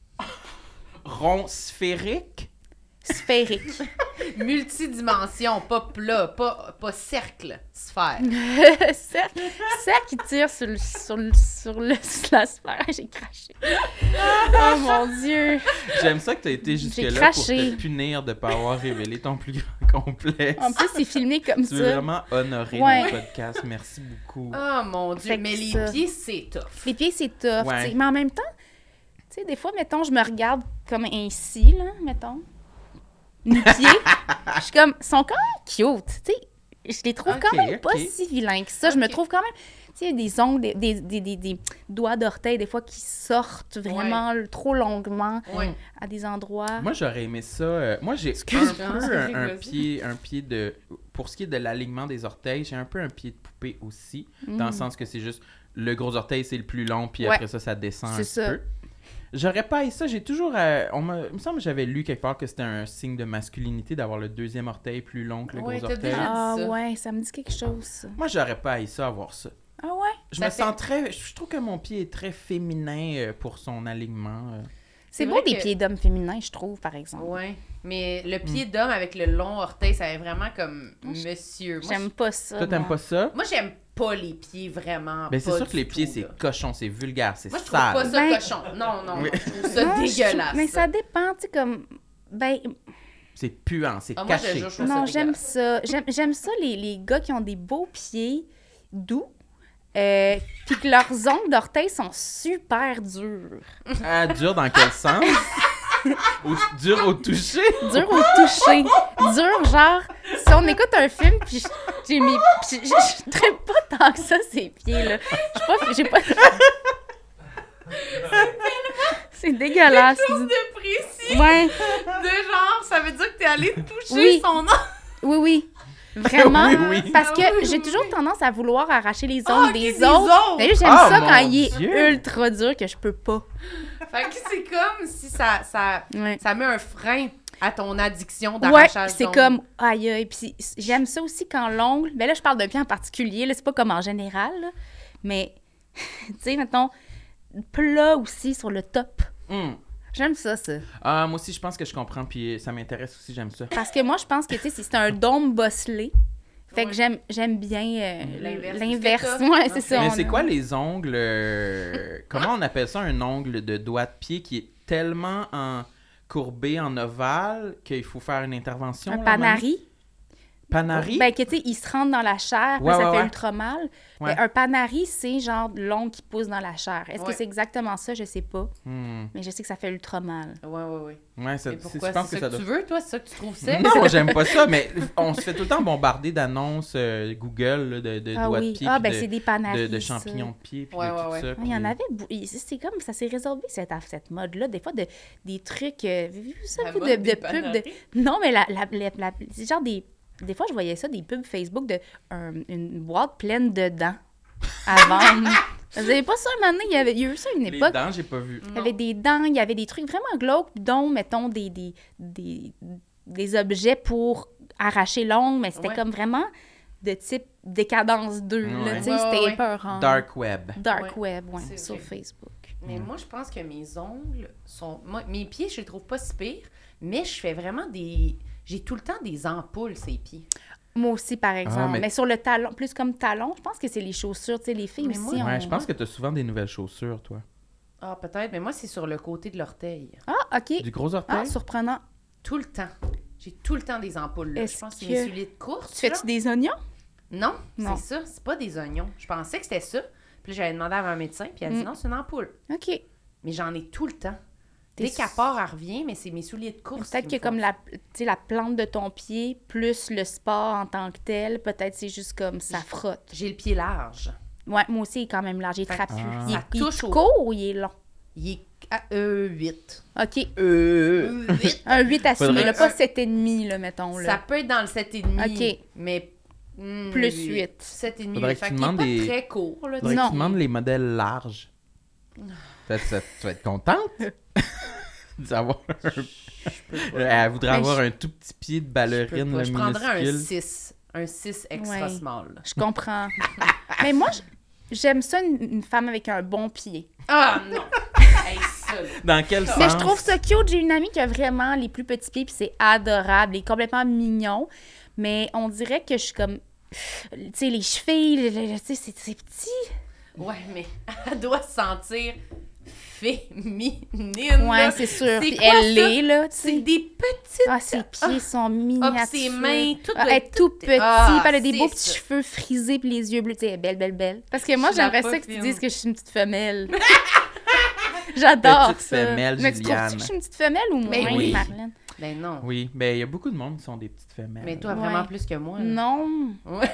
S2: Rond sphérique?
S4: sphérique.
S3: Multidimension, pas plat, pas cercle, sphère.
S4: cercle qui tire sur la sphère. J'ai craché. Oh mon Dieu.
S2: J'aime ça que tu as été jusque-là pour
S4: craché.
S2: te punir de ne pas avoir révélé ton plus grand complexe.
S4: En plus, c'est filmé comme
S2: Tu veux
S4: ça.
S2: vraiment honorer
S4: Ouais.
S2: notre podcast. Merci beaucoup.
S3: Oh mon Dieu,
S4: Fait que
S3: mais
S4: ça.
S3: les pieds, c'est tough.
S4: Les pieds, c'est tough.
S2: Ouais.
S4: tu sais. Mais en même temps, tu sais, des fois, mettons, je me regarde comme ainsi, là, mettons. Nu-pieds. Je suis comme, ils sont quand même cute, tu sais. Je les trouve quand
S2: Ok,
S4: même pas
S2: ok.
S4: si vilains que ça. Je me
S3: Ok.
S4: trouve quand même, tu sais, des ongles, des doigts d'orteil, des fois, qui sortent vraiment trop longuement
S3: Ouais.
S4: à des endroits.
S2: Moi, j'aurais aimé ça. Moi, j'ai un
S3: Excuse-moi,
S2: peu
S3: c'est
S2: un
S3: rigolo.
S2: pied de... Pour ce qui est de l'alignement des orteils, j'ai un peu un pied de poupée aussi, dans le sens que c'est juste le gros orteil, c'est le plus long, puis
S4: Ouais.
S2: après ça descend un
S4: C'est
S2: petit
S4: ça.
S2: peu. J'aurais pas eu ça. J'ai toujours... il me semble que j'avais lu quelque part que c'était un signe de masculinité d'avoir le deuxième orteil plus long que le
S3: Ouais,
S2: gros
S3: t'as
S2: orteil.
S3: déjà-
S4: Ah
S3: ça.
S4: ouais, ça me dit quelque chose, ça.
S2: Moi, j'aurais pas eu ça, avoir ça.
S4: Ah ouais?
S2: Je
S3: Ça
S2: me
S3: fait-
S2: sens très... Je trouve que mon pied est très féminin pour son alignement.
S4: C'est
S3: C'est
S4: beau
S3: vrai
S4: des
S3: que-
S4: pieds d'hommes féminins, je trouve, par exemple.
S3: Ouais. Mais le pied d'homme avec le long orteil, ça fait vraiment comme monsieur. Moi,
S4: J'aime pas ça.
S2: Toi, t'aimes
S4: moi.
S2: pas ça?
S3: Moi, j'aime pas les pieds vraiment.
S2: Ben, c'est
S3: pas
S2: sûr que
S3: du
S2: les pieds,
S3: tout,
S2: c'est
S3: là.
S2: cochon, c'est vulgaire, c'est
S3: Moi, je trouve
S2: sale.
S3: pas ça
S4: Ben-
S3: cochon. Non, non,
S2: Oui.
S3: non, je trouve ça
S4: Non,
S3: dégueulasse.
S4: mais ça dépend, tu sais, comme... Ben,
S2: C'est puant, c'est
S3: Ah, moi,
S2: caché.
S3: je trouve
S4: non,
S3: ça
S4: j'aime
S3: dégueulasse.
S4: ça. J'aime ça, les gars qui ont des beaux pieds doux, puis que leurs ongles d'orteil sont super durs.
S2: Ah, dur dans quel sens? Dur au toucher?
S4: Dur au toucher. Dur, genre, si on écoute un film, puis j'ai mis... puis je traite pas tant que ça, ces pieds-là. J'ai pas... C'est dégueulasse.
S3: De précis,
S4: Ouais,
S3: de genre, ça veut dire que t'es allé toucher
S4: Oui.
S3: son ongle.
S4: oui, oui. Vraiment.
S2: Oui, oui.
S4: Parce que
S3: Ah oui,
S4: j'ai
S3: oui,
S4: toujours
S3: oui.
S4: tendance à vouloir arracher les
S3: Ah,
S4: ongles
S3: ok,
S4: des
S3: des
S4: autres.
S3: autres.
S4: D'ailleurs, j'aime
S2: Ah,
S4: ça
S2: mon
S4: quand il est
S2: Dieu.
S4: ultra dur que je peux pas.
S3: Fait que c'est comme si ça
S4: Ouais.
S3: met un frein à ton addiction
S4: Ouais,
S3: d'arrachage
S4: c'est
S3: d'ongles.
S4: comme aïe aïe. Puis j'aime ça aussi quand l'ongle. Ben là, je parle d'un pied en particulier. Là, c'est pas comme en général. Là, mais tu sais, mettons, plat aussi sur le top.
S2: Hum.
S4: J'aime ça.
S2: Ah, moi aussi, je pense que je comprends, puis ça m'intéresse aussi, j'aime ça.
S4: Parce que moi, je pense que tu sais, c'est un dôme bosselé. Fait que
S3: Ouais.
S4: j'aime bien
S3: L'inverse.
S4: l'inverse.
S3: C'est ça.
S4: Ouais, c'est ça.
S2: Mais
S4: on
S2: c'est
S4: a-
S2: quoi les ongles... comment on appelle ça, un ongle de doigt de pied qui est tellement courbé en ovale qu'il faut faire une intervention?
S4: Un
S2: là,
S4: panari?
S2: Panari?
S4: Ben, que tu sais, ils se rentrent dans la chair, puis
S2: Ouais,
S4: ça
S2: ouais,
S4: fait
S2: ouais.
S4: ultra mal.
S2: Ouais.
S4: Ben, un panari, c'est genre de l'ongle qui pousse dans la chair. Est-ce que
S3: Ouais.
S4: c'est exactement ça? Je sais pas.
S2: Hmm.
S4: Mais je sais que ça fait ultra mal.
S3: Ouais.
S2: Ouais,
S3: Et pourquoi?
S2: je pense
S3: C'est
S2: que
S3: ça
S2: ça
S3: que
S2: doit...
S3: tu veux, toi? C'est ça que tu trouves ça?
S2: Non, j'aime pas ça, mais on se fait tout le temps bombarder d'annonces Google là, de
S4: Ah
S2: doigts
S4: oui.
S2: de pied,
S4: Ah,
S2: puis
S4: ben, c'est des panaris.
S2: de
S4: ça.
S2: champignons de pied, puis
S3: Ouais,
S2: de tout
S3: ouais.
S2: ça.
S4: Il y en
S2: puis-
S4: avait... C'est comme... Ça s'est résorbé, cette mode-là. Des fois, des trucs... Avez-vous vu ça,
S3: La
S4: vous,
S3: mode
S4: de
S3: des
S4: pubs?
S3: Panaris.
S4: Non, mais c'est genre des... Des fois, je voyais ça, des pubs Facebook de une boîte pleine de dents à vendre. Vous avez pas ça, un moment donné? Il y a eu ça à une
S2: Les
S4: époque.
S2: dents, j'ai pas vu.
S4: Il y avait des dents, il y avait des trucs vraiment glauques, dont, mettons, des objets pour arracher l'ongle, mais c'était
S3: Ouais.
S4: comme vraiment de type décadence 2, là,
S2: Ouais.
S4: tu sais,
S3: Ouais,
S4: c'était
S3: ouais.
S4: épeurant.
S2: Dark Web.
S4: Dark
S3: Ouais.
S4: Web, ouais,
S3: C'est
S4: sur
S3: vrai.
S4: Facebook.
S3: Mais moi, je pense que mes ongles sont... Moi, mes pieds, je les trouve pas si pires, mais je fais vraiment des... J'ai tout le temps des ampoules, ces pieds.
S4: Moi aussi, par exemple.
S2: mais-
S4: mais sur le talon, plus comme talon, je pense que c'est les chaussures, tu sais, les filles
S3: Mais
S4: aussi
S3: moi-
S2: Ouais,
S4: ont...
S2: je pense que t'as souvent des nouvelles chaussures, toi.
S3: Ah, peut-être, mais moi, c'est sur le côté de l'orteil.
S4: Ah, OK.
S2: Du gros orteil?
S4: Ah, surprenant.
S3: Tout le temps. J'ai tout le temps des ampoules, là.
S4: Est-ce
S3: Je pense que c'est
S4: que-
S3: mes souliers de course,
S4: Tu fais-tu
S3: là.
S4: des oignons?
S3: Non,
S4: Non.
S3: c'est ça. C'est pas des oignons. Je pensais que c'était ça. Puis là, j'avais demandé à un médecin, puis elle a dit non, c'est une ampoule.
S4: OK.
S3: Mais j'en ai tout le temps.
S4: T'es
S3: Dès qu'elle part, elle revient, mais c'est mes souliers de course.
S4: Peut-être
S3: qui
S4: que
S3: me
S4: comme
S3: font
S4: tu sais, la plante de ton pied plus le sport en tant que tel, peut-être c'est juste comme ça frotte.
S3: ça. J'ai le pied large.
S4: Ouais, moi aussi, il est quand même large. Il est trapu.
S2: Ah.
S4: Il est,
S3: Ça
S4: il
S3: touche
S4: est
S3: au-
S4: court ou il est long?
S3: Il est à 8.
S4: OK.
S3: 8.
S4: Un 8 assumé,
S2: Faudrait-
S4: là, pas 7,5, là, mettons.
S3: Ça
S4: Là.
S3: peut être dans le 7,5.
S4: OK.
S3: Mais.
S4: Plus 8.
S3: 7,5.
S2: Faudrait que
S3: Fait
S2: tu
S3: qu'il est
S2: demandes
S3: pas
S2: des-
S3: très court, là.
S2: Faudrait
S4: Non.
S2: que tu demandes les modèles larges. Tu vas être contente d'avoir Elle voudrait
S4: Mais
S2: avoir un tout petit pied de ballerine,
S3: Je
S2: le
S3: prendrais un
S2: minuscule.
S3: 6. Un 6 extra
S4: Ouais.
S3: small. là.
S4: Je comprends. Mais moi, j'aime ça, une femme avec un bon pied.
S3: Ah non! Hey, ça, là.
S2: Dans quel sens?
S4: Mais je trouve ça cute. J'ai une amie qui a vraiment les plus petits pieds, puis c'est adorable. Il est complètement mignon. Mais on dirait que je suis comme... Tu sais, les chevilles, tu sais, c'est petit.
S3: Ouais, mais elle doit se sentir féminine.
S4: Ouais,
S3: là.
S4: c'est sûr. Puis
S3: quoi,
S4: elle
S3: ça?
S4: l'est, là, tu
S3: C'est
S4: sais.
S3: des petites.
S4: Ah, ses pieds sont miniatures.
S3: puis ses mains, tout
S4: Ah,
S3: doit
S4: elle est
S3: être
S4: tout
S3: tout-
S4: petit,
S3: Ah,
S4: puis elle a des
S3: c'est
S4: beaux petits
S3: ça.
S4: cheveux frisés, puis les yeux bleus. Tu sais, elle est belle, belle, belle. Parce que moi,
S3: Je la
S4: j'aimerais ça que tu
S3: peaufine.
S4: dises que je suis une petite femelle. J'adore
S2: Petite
S4: ça.
S2: femelle,
S4: Mais tu trouves-tu
S2: Juliane.
S4: que je suis une petite femelle ou moins,
S3: Mais
S2: oui.
S4: Marlène?
S3: Ben non.
S2: Oui, ben il y a beaucoup de monde qui sont des petites femelles.
S3: Mais toi,
S4: Ouais.
S3: vraiment plus que moi. là.
S4: Non.
S3: Ouais.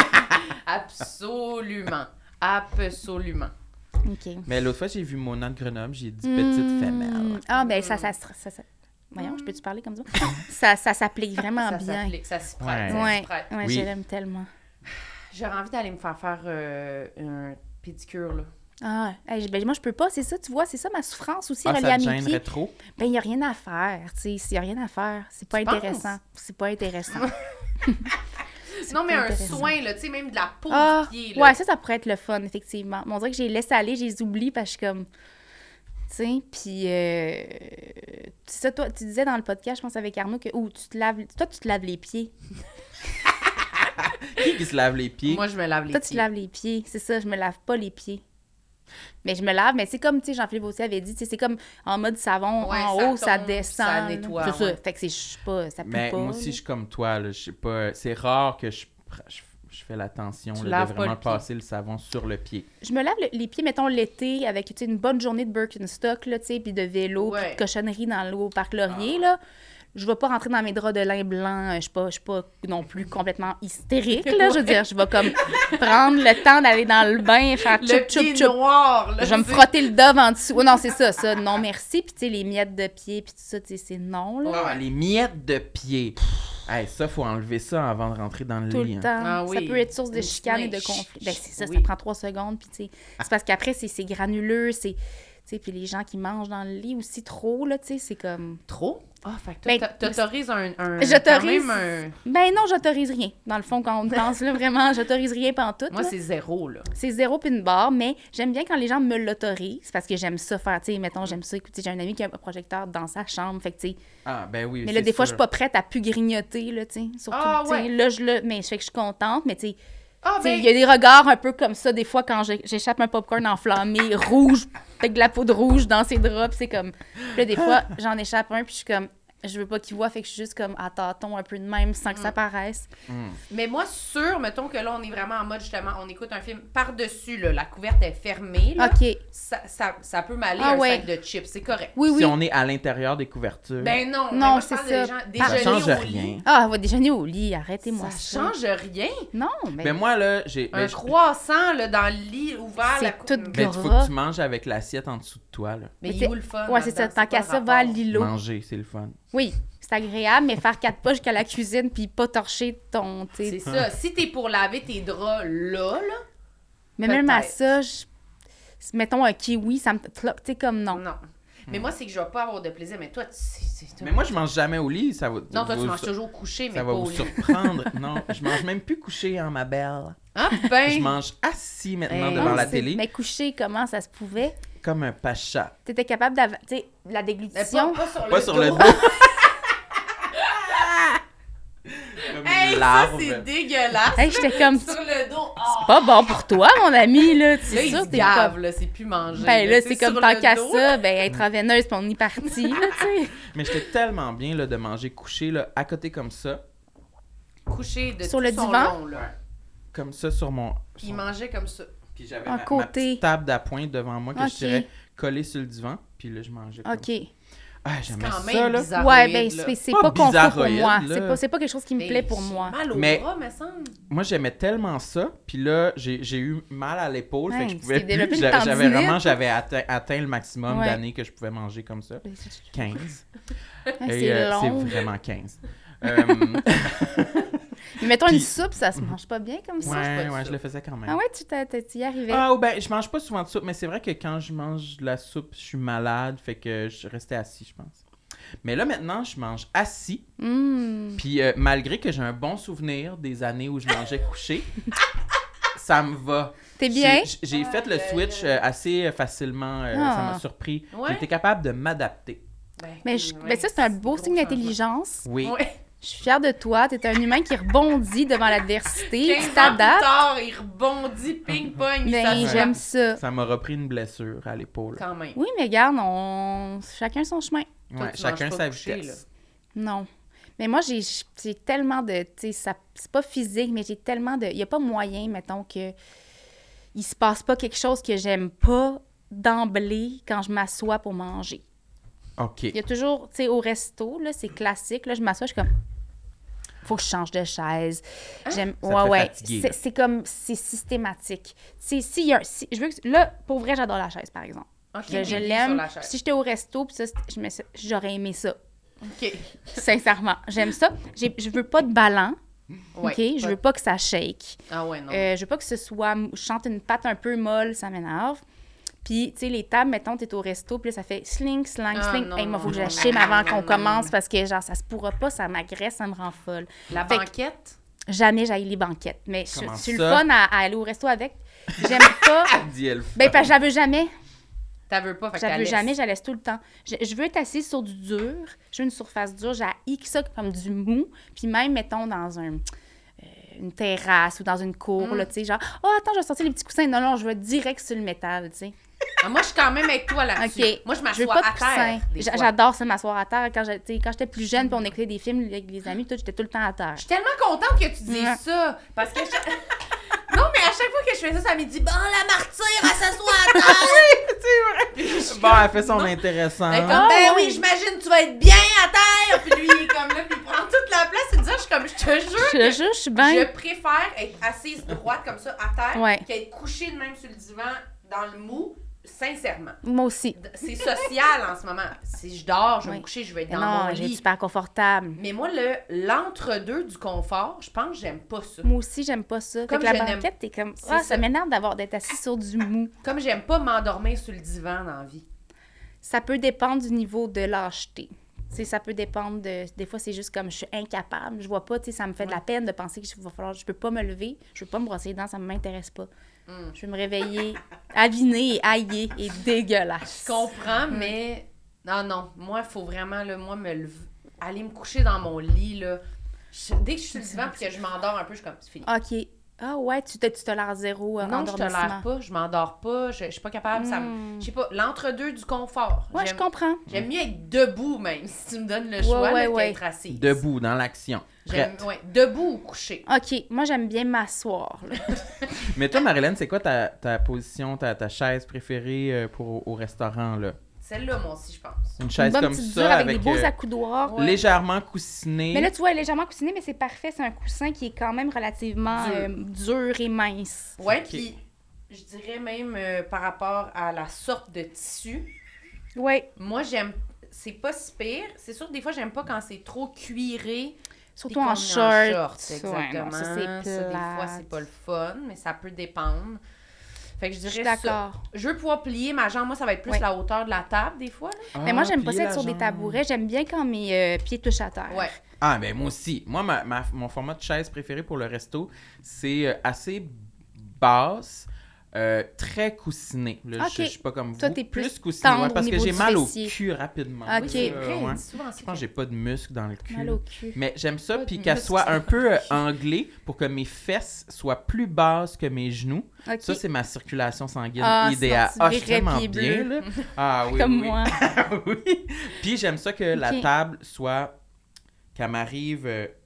S3: Absolument. Absolument.
S4: OK.
S2: Mais l'autre fois, j'ai vu Mona de Grenoble, j'ai dit petite femelle.
S4: Ah, ben ça. Voyons, je peux-tu parler comme ça? ça s'applique vraiment
S3: Ça
S4: bien.
S3: s'applique, ça se prête.
S2: Ouais.
S3: ça se
S4: Ouais,
S3: prête.
S4: ouais,
S2: Oui.
S4: je l'aime tellement.
S3: J'aurais envie d'aller me faire un pédicure, là.
S4: Ah, hey, ben moi, je peux pas, c'est ça, tu vois, c'est ça ma souffrance aussi,
S2: Ah,
S4: reliée
S2: ça
S4: à
S2: te
S4: mes
S2: gênerait
S4: pieds.
S2: trop?
S4: Ben, il n'y a rien à faire, tu sais, il n'y a rien à faire. C'est pas
S3: Tu penses?
S4: intéressant. C'est pas intéressant.
S3: Non, mais
S4: pas
S3: un
S4: intéressant.
S3: soin, là, tu sais, même de la peau
S4: Ah,
S3: du pied, là.
S4: ouais, ça pourrait être le fun, effectivement. Mais on dirait que je les laisse aller, je les oublie parce que je suis comme... Tu sais, puis... c'est ça, toi, tu disais dans le podcast, je pense, avec Arnaud, que tu te laves... Toi, tu te laves les pieds.
S2: Qui se lave les pieds?
S3: Moi, je me lave les
S4: Toi,
S3: pieds.
S4: tu te laves les pieds. C'est ça, je me lave pas les pieds. Mais je me lave, mais c'est comme, tu sais, Jean-Philippe aussi avait dit, tu sais, c'est comme en mode savon,
S3: Ouais,
S4: en
S3: ça
S4: haut, ça
S3: tombe,
S4: descend.
S3: ça
S4: là.
S3: nettoie,
S4: C'est ça.
S3: ouais.
S4: Fait que je sais pas, ça pue
S2: Mais
S4: pas.
S2: moi aussi,
S4: là.
S2: je suis comme toi, là, je sais pas, c'est rare que je fais l'attention
S3: Tu
S2: là,
S3: laves
S2: de
S3: pas
S2: vraiment
S3: le pied.
S2: passer le savon sur le pied.
S4: Je me lave les pieds, mettons, l'été, avec, tu sais, une bonne journée de Birkenstock, là, tu sais, puis de vélo, puis
S3: Ouais.
S4: de cochonnerie dans le parc Laurier, là. Je vais pas rentrer dans mes draps de lin blanc, je suis pas non plus complètement hystérique, là, je veux dire, je vais comme prendre le temps d'aller dans le bain, faire
S3: Le
S4: choup,
S3: pied
S4: choup, choup.
S3: noir, là.
S4: Je vais me
S3: tu sais.
S4: frotter le dove en dessous. Oh, non, c'est ça, non merci, puis tu sais, les miettes de pied, puis tout ça, tu sais, c'est non, là.
S2: Ah, les miettes de pied. Hey, ça, faut enlever ça avant de rentrer dans le
S4: Tout
S2: lit.
S4: le
S2: hein.
S4: temps.
S3: Ah
S4: Ça
S3: oui.
S4: peut être source de
S3: Une
S4: chicane et de
S3: semaine.
S4: conflit. Ben, c'est ça,
S3: Oui.
S4: ça prend 3 secondes. Puis, tu sais, c'est parce qu'après, c'est granuleux. Tu sais, puis les gens qui mangent dans le lit aussi trop, là, tu sais, c'est comme...
S3: Trop? Ah, fait que
S4: Ben,
S3: toi, t'autorises un
S4: j'autorise-
S3: quand même un...
S4: Ben non, j'autorise rien. Dans le fond, quand on pense, là, vraiment, j'autorise rien pantoute.
S3: Moi,
S4: là.
S3: c'est 0, là.
S4: C'est 0 puis une barre, mais j'aime bien quand les gens me l'autorisent parce que j'aime ça faire, tu sais, mettons, j'aime ça. Écoutez, j'ai un ami qui a un projecteur dans sa chambre, fait que, tu sais...
S2: Ah, ben oui,
S4: Mais là,
S2: c'est
S4: des fois, je
S2: sûr.
S4: suis pas prête à plus grignoter, là, tu sais. Surtout,
S3: Ah,
S4: tu sais,
S3: ouais.
S4: là, mais je fais que je suis contente, mais tu sais...
S3: Ah,
S4: Tu sais,
S3: ben,
S4: il y a des regards un peu comme ça, des fois, quand j'échappe un popcorn enflammé, rouge, avec de la poudre rouge dans ses draps, c'est comme... Puis là, des fois, j'en échappe un, puis je suis comme... je veux pas qu'il voit, fait que je suis juste comme à tâtons un peu de même sans que ça paraisse.
S3: Mais moi, mettons que là, on est vraiment en mode, justement, on écoute un film par-dessus, là, la couverte est fermée, là.
S4: OK.
S3: Ça peut m'aller
S4: Ah
S3: un
S4: ouais.
S3: sac de chips, c'est correct.
S4: Oui,
S2: Si
S4: oui.
S2: on est à l'intérieur des couvertures,
S3: Ben non,
S4: Non,
S3: moi, je
S4: c'est
S3: parle
S4: ça.
S3: des gens
S2: ça
S3: déjeuner
S2: change
S3: au
S2: rien.
S3: lit.
S4: Ah, on va déjeuner au lit, arrêtez-moi
S3: Ça
S4: ça.
S3: change rien.
S4: Non, mais
S2: Ben moi, là, j'ai...
S3: Un
S2: ben, je-
S3: croissant, là, dans le lit, ouvert,
S4: C'est
S3: la
S4: tout
S2: ben, il faut
S4: gras.
S2: que tu manges avec l'assiette en dessous de toi, là.
S3: Mais
S4: Mais
S3: il est où le fun?
S4: Ouais, c'est ça.
S3: là-dedans?
S4: Tant qu'à
S3: quoi
S4: ça,
S3: le
S4: va à
S3: rapport?
S4: l'îlot.
S2: Manger, c'est le fun.
S4: Oui, c'est agréable, mais faire 4 pas jusqu'à la cuisine puis pas torcher ton...
S3: C'est
S4: t'sais.
S3: ça. Si t'es pour laver tes draps là,
S4: Mais même à
S3: peut-être.
S4: ça, mettons un kiwi, ça me... Tu sais, comme non.
S3: non. Mais moi, c'est que je vais pas avoir de plaisir. Mais toi,
S2: Mais moi, je mange jamais au lit, ça va...
S3: Non, toi, tu
S2: vous-
S3: manges toujours couché, mais
S2: Ça
S3: pas
S2: va
S3: au
S2: vous
S3: lit.
S2: surprendre. Non, je mange même plus couché, hein, ma belle.
S3: Ah ben!
S2: Je mange assis maintenant
S3: Hey.
S2: devant la
S4: C'est-
S2: télé,
S4: Mais coucher, comment ça se pouvait?
S2: comme un pacha.
S4: T'étais capable d'avoir... Tu sais, la
S3: Mais
S4: déglutition...
S3: pas sur
S2: Pas
S3: le
S2: sur
S3: dos.
S2: le dos. Comme
S3: Hey,
S2: une
S3: ça,
S2: larve.
S3: c'est dégueulasse.
S4: Hey, j'étais comme...
S3: Sur le dos. Ah!
S4: Pas bon pour toi, mon ami, là.
S3: Là,
S4: C'est
S3: il
S4: sûr,
S3: se
S4: t'es pas...
S3: gave, là. C'est plus manger.
S4: Ben là,
S3: Tu
S4: c'est
S3: sais,
S4: comme
S3: sur
S4: tant
S3: le
S4: qu'à
S3: dos.
S4: ça, ben intraveineuse, puis on y est parti, là, tu sais.
S2: Mais j'étais tellement bien là, de manger couché, là, à côté comme ça.
S3: Couché de
S4: Sur
S3: tout
S4: le
S3: son
S4: divan?
S3: long, là.
S2: Comme ça sur mon...
S3: Puis il
S2: sur-
S3: mangeait comme ça.
S2: Puis j'avais
S4: Un
S2: ma
S4: côté.
S2: petite table d'appoint devant moi que
S4: Ok.
S2: je tirais collée sur le divan. Puis là, je mangeais comme ça.
S4: OK.
S2: Ah, j'aimais
S3: quand
S2: ça,
S3: même
S2: là.
S3: bizarre.
S4: Ouais,
S3: Bizarroïde,
S4: ben
S3: là.
S4: c'est
S2: Pas
S4: pas confort pour
S2: bizarroïde,
S4: moi.
S2: là.
S4: C'est pas quelque chose qui me plaît pour moi.
S3: Mal au
S2: Mais-
S3: bras, me semble.
S2: Moi, j'aimais tellement ça. Puis là, j'ai eu mal à l'épaule. Fait que je
S4: Ouais,
S2: pouvais
S4: tu t'es développé
S2: plus.
S4: une tendinite.
S2: J'avais atteint le maximum
S4: Ouais.
S2: d'années que je pouvais manger comme ça. 15.
S4: Ah,
S2: Et,
S4: c'est
S2: c'est
S4: long.
S2: vraiment 15.
S4: Mais mettons
S2: Puis-
S4: une soupe, ça se mange pas bien comme ça.
S3: pas
S2: Ouais,
S3: de
S2: ouais, je
S3: soupe.
S2: le faisais quand même.
S4: Ah ouais, tu y arrivais.
S2: Ah, ben, je mange pas souvent de soupe, mais c'est vrai que quand je mange de la soupe, je suis malade, fait que je restais assis, je pense. Mais là, maintenant, je mange assis, puis malgré que j'ai un bon souvenir des années où je mangeais couché, ça me va.
S4: T'es bien?
S2: J'ai fait le switch assez facilement, ça
S4: Ah.
S2: m'a surpris.
S3: Ouais.
S2: J'ai été capable de m'adapter.
S4: Mais, mais ça, c'est un beau signe
S3: gros
S4: d'intelligence.
S2: Oui.
S3: changement. Ouais.
S4: Je suis fière de toi. T'es un humain qui rebondit devant l'adversité,
S3: 15
S4: qui
S3: ans plus
S4: t'adapte.
S3: tard, il rebondit, ping-pong, il
S4: Mais
S3: s'assoit.
S4: j'aime ça.
S2: Ça m'a repris une blessure à l'épaule.
S3: Quand même.
S4: Oui, mais regarde, chacun son chemin.
S3: Toi,
S2: Ouais,
S3: tu
S2: chacun
S3: manges pas
S2: sa
S3: couché,
S2: vitesse.
S4: Non. Mais moi, j'ai tellement de... Tu sais, c'est pas physique, mais j'ai tellement de... Il n'y a pas moyen, mettons, que il se passe pas quelque chose que j'aime pas d'emblée quand je m'assois pour manger.
S2: OK.
S4: Il y a toujours... Tu sais, au resto, là, c'est classique. Là, je m'assois, je suis comme... Faut que je change de chaise. J'aime...
S2: Ça te fait fatiguer, là.
S4: C'est comme... C'est systématique. Tu sais, je veux que... Là, pour vrai, j'adore la chaise, par exemple.
S3: Ok,
S4: Je
S3: t'es sur
S4: l'aime.
S3: la chaise.
S4: Si j'étais au resto, puis ça, j'aurais aimé ça.
S3: OK.
S4: Sincèrement, j'aime ça. Je veux pas de ballon,
S3: Ouais,
S4: OK? Je veux pas que ça shake.
S3: Ah ouais, non.
S4: Je veux pas que ce soit... Je chante une patte un peu molle, ça m'énerve. Puis, tu sais, les tables, mettons, t'es au resto, puis là, ça fait sling, slang,
S3: Ah,
S4: sling.
S3: non,
S4: Hey, moi, faut que je
S3: non,
S4: chime
S3: non,
S4: avant
S3: non,
S4: qu'on
S3: non,
S4: commence
S3: non.
S4: parce que, genre, ça se pourra pas, ça m'agresse, ça me rend folle.
S3: La
S4: Fait que-
S3: banquette?
S4: Jamais j'aille les banquettes. Mais
S2: Comment
S4: je suis le
S2: ça?
S4: fun à aller au resto avec. J'aime pas...
S2: Dit elle.
S4: Ben, parce que je la veux jamais.
S3: T'as veux pas, fait que
S4: Je la
S3: t'as
S4: veux
S3: laisse.
S4: jamais, je la laisse tout le temps. Je veux être assise sur du dur. Je veux une surface dure. J'ai ça comme du mou. Puis même, mettons, dans une terrasse ou dans une cour, là, tu sais, genre, oh, attends, je vais sortir les petits coussins. Non, non, je vais direct sur le métal, tu sais.
S3: Ah, moi, je suis quand même avec toi là-dessus.
S4: OK.
S3: Moi, je
S4: veux
S3: m'assois
S4: pas de
S3: à terre.
S4: coussins.
S3: des fois.
S4: J'adore ça, m'asseoir à terre. Quand j'étais plus jeune, puis on écoutait des films avec les amis, tout, j'étais tout le temps à terre.
S3: Je suis tellement contente que tu dises
S4: Ouais.
S3: ça. Parce que non, mais à chaque fois que je fais ça, ça me dit, bon, la martyre, elle s'assoit à terre. Puis je suis
S2: Bon,
S3: comme,
S2: elle fait son
S3: non.
S2: intéressant.
S3: Elle est comme,
S4: Ah,
S3: ben
S4: ouais.
S3: oui, j'imagine, tu vas être bien à terre. Puis lui, il est comme là, puis il prend toute la place. Et disant, je suis comme, je te jure,
S4: Je te jure, je suis bien.
S3: je préfère être assise droite comme ça à terre
S4: Ouais.
S3: qu'être couchée de même sur le divan dans le mou, sincèrement.
S4: Moi aussi.
S3: C'est social en ce moment. Si je dors, je vais
S4: Oui.
S3: me coucher, je vais être
S4: Mais
S3: dans
S4: non,
S3: mon
S4: j'ai
S3: lit.
S4: super confortable.
S3: Mais moi, l'entre-deux du confort, je pense que j'aime pas ça.
S4: Moi aussi, j'aime pas ça. Fait
S3: Comme
S4: que la
S3: je n'aime-
S4: banquette, t'es comme,
S3: C'est ça.
S4: ça m'énerve d'être assis sur du mou.
S3: Comme j'aime pas m'endormir sur le divan dans la vie.
S4: Ça peut dépendre du niveau de lâcheté. Tu sais, ça peut dépendre de... Des fois, c'est juste comme je suis incapable. Je vois pas, tu sais, ça me fait de la peine de penser que je peux pas me lever. Je peux pas me brosser les dents, ça m'intéresse pas. Je vais me réveiller avinée et haillée et dégueulasse.
S3: Je comprends, mais... Non. Moi, il faut vraiment, là, aller me coucher dans mon lit, là. Dès que je suis sur le divan et que je m'endors un peu, je suis comme, c'est fini.
S4: Ah ouais, tu te l'air zéro
S3: Non, je
S4: endormissement.
S3: tolère pas, je m'endors pas, je suis pas capable, je sais pas, l'entre-deux du confort.
S4: Ouais, je comprends.
S3: J'aime mieux être debout même, si tu me donnes le choix, là, qu'être assise.
S2: Debout, dans l'action. Prête.
S3: Ouais, debout ou couché.
S4: OK, moi, j'aime bien m'asseoir. Là.
S2: Mais toi, Marilyn, c'est quoi ta position, ta chaise préférée au restaurant, là?
S3: Celle-là, moi aussi, je pense.
S2: Une chaise
S4: bonne
S2: comme
S4: petite
S2: ça,
S4: dure avec
S2: avec
S4: des beaux accoudoirs.
S3: Ouais.
S2: légèrement coussinée.
S4: Mais là, tu vois, elle est légèrement coussiné, mais c'est parfait. C'est un coussin qui est quand même relativement dur et mince.
S3: Ouais,
S2: Ok.
S3: puis je dirais même par rapport à la sorte de tissu,
S4: Oui,
S3: moi, j'aime... C'est pas si pire. C'est sûr que des fois, j'aime pas quand c'est trop cuiré.
S4: surtout
S3: puis
S4: en
S3: qu'on est
S4: short.
S3: exactement.
S4: Ouais, non, ça, c'est
S3: Ça, des fois,
S4: plate.
S3: c'est pas le fun, mais ça peut dépendre. Fait que je
S4: Je suis
S3: dirais ça.
S4: d'accord.
S3: Je veux pouvoir plier ma jambe. Moi, ça va être plus
S4: Ouais.
S3: la hauteur de la table, des fois. Là.
S4: Mais moi, j'aime pas
S2: plier
S4: ça être
S2: la
S4: sur des
S2: jambe.
S4: tabourets. J'aime bien quand mes pieds touchent à terre.
S3: Ouais.
S2: Ah, ben moi aussi. Moi, mon format de chaise préféré pour le resto, c'est assez basse, très coussinée. Là,
S4: Ok.
S2: je suis pas comme
S4: Toi,
S2: vous.
S4: t'es plus
S2: coussinée,
S4: tendre
S2: ouais,
S4: au
S2: parce que
S4: niveau
S2: j'ai
S4: du
S2: mal
S4: fessier.
S2: au cul rapidement.
S4: Ok.
S3: Oui, c'est
S2: Euh,
S3: vrai.
S2: ouais.
S3: Souvent,
S2: Je pense que j'ai pas de muscles dans le cul.
S4: Mal au cul.
S2: Mais j'aime ça,
S3: Pas
S2: puis
S3: de
S2: qu'elle
S3: muscles
S2: soit
S3: dans
S2: un
S3: le
S2: peu
S3: cul.
S2: anglée pour que mes fesses soient plus basses que mes genoux.
S4: OK.
S2: Ça, c'est ma circulation sanguine
S4: Ah,
S2: idéale.
S4: sinon, tu
S2: je suis
S4: virerais
S2: tellement
S4: pieds
S2: bien,
S4: bleus.
S2: là. Ah oui,
S4: Comme
S2: oui.
S4: moi.
S2: oui. Puis j'aime ça que la
S4: Ok.
S2: table soit... qu'elle m'arrive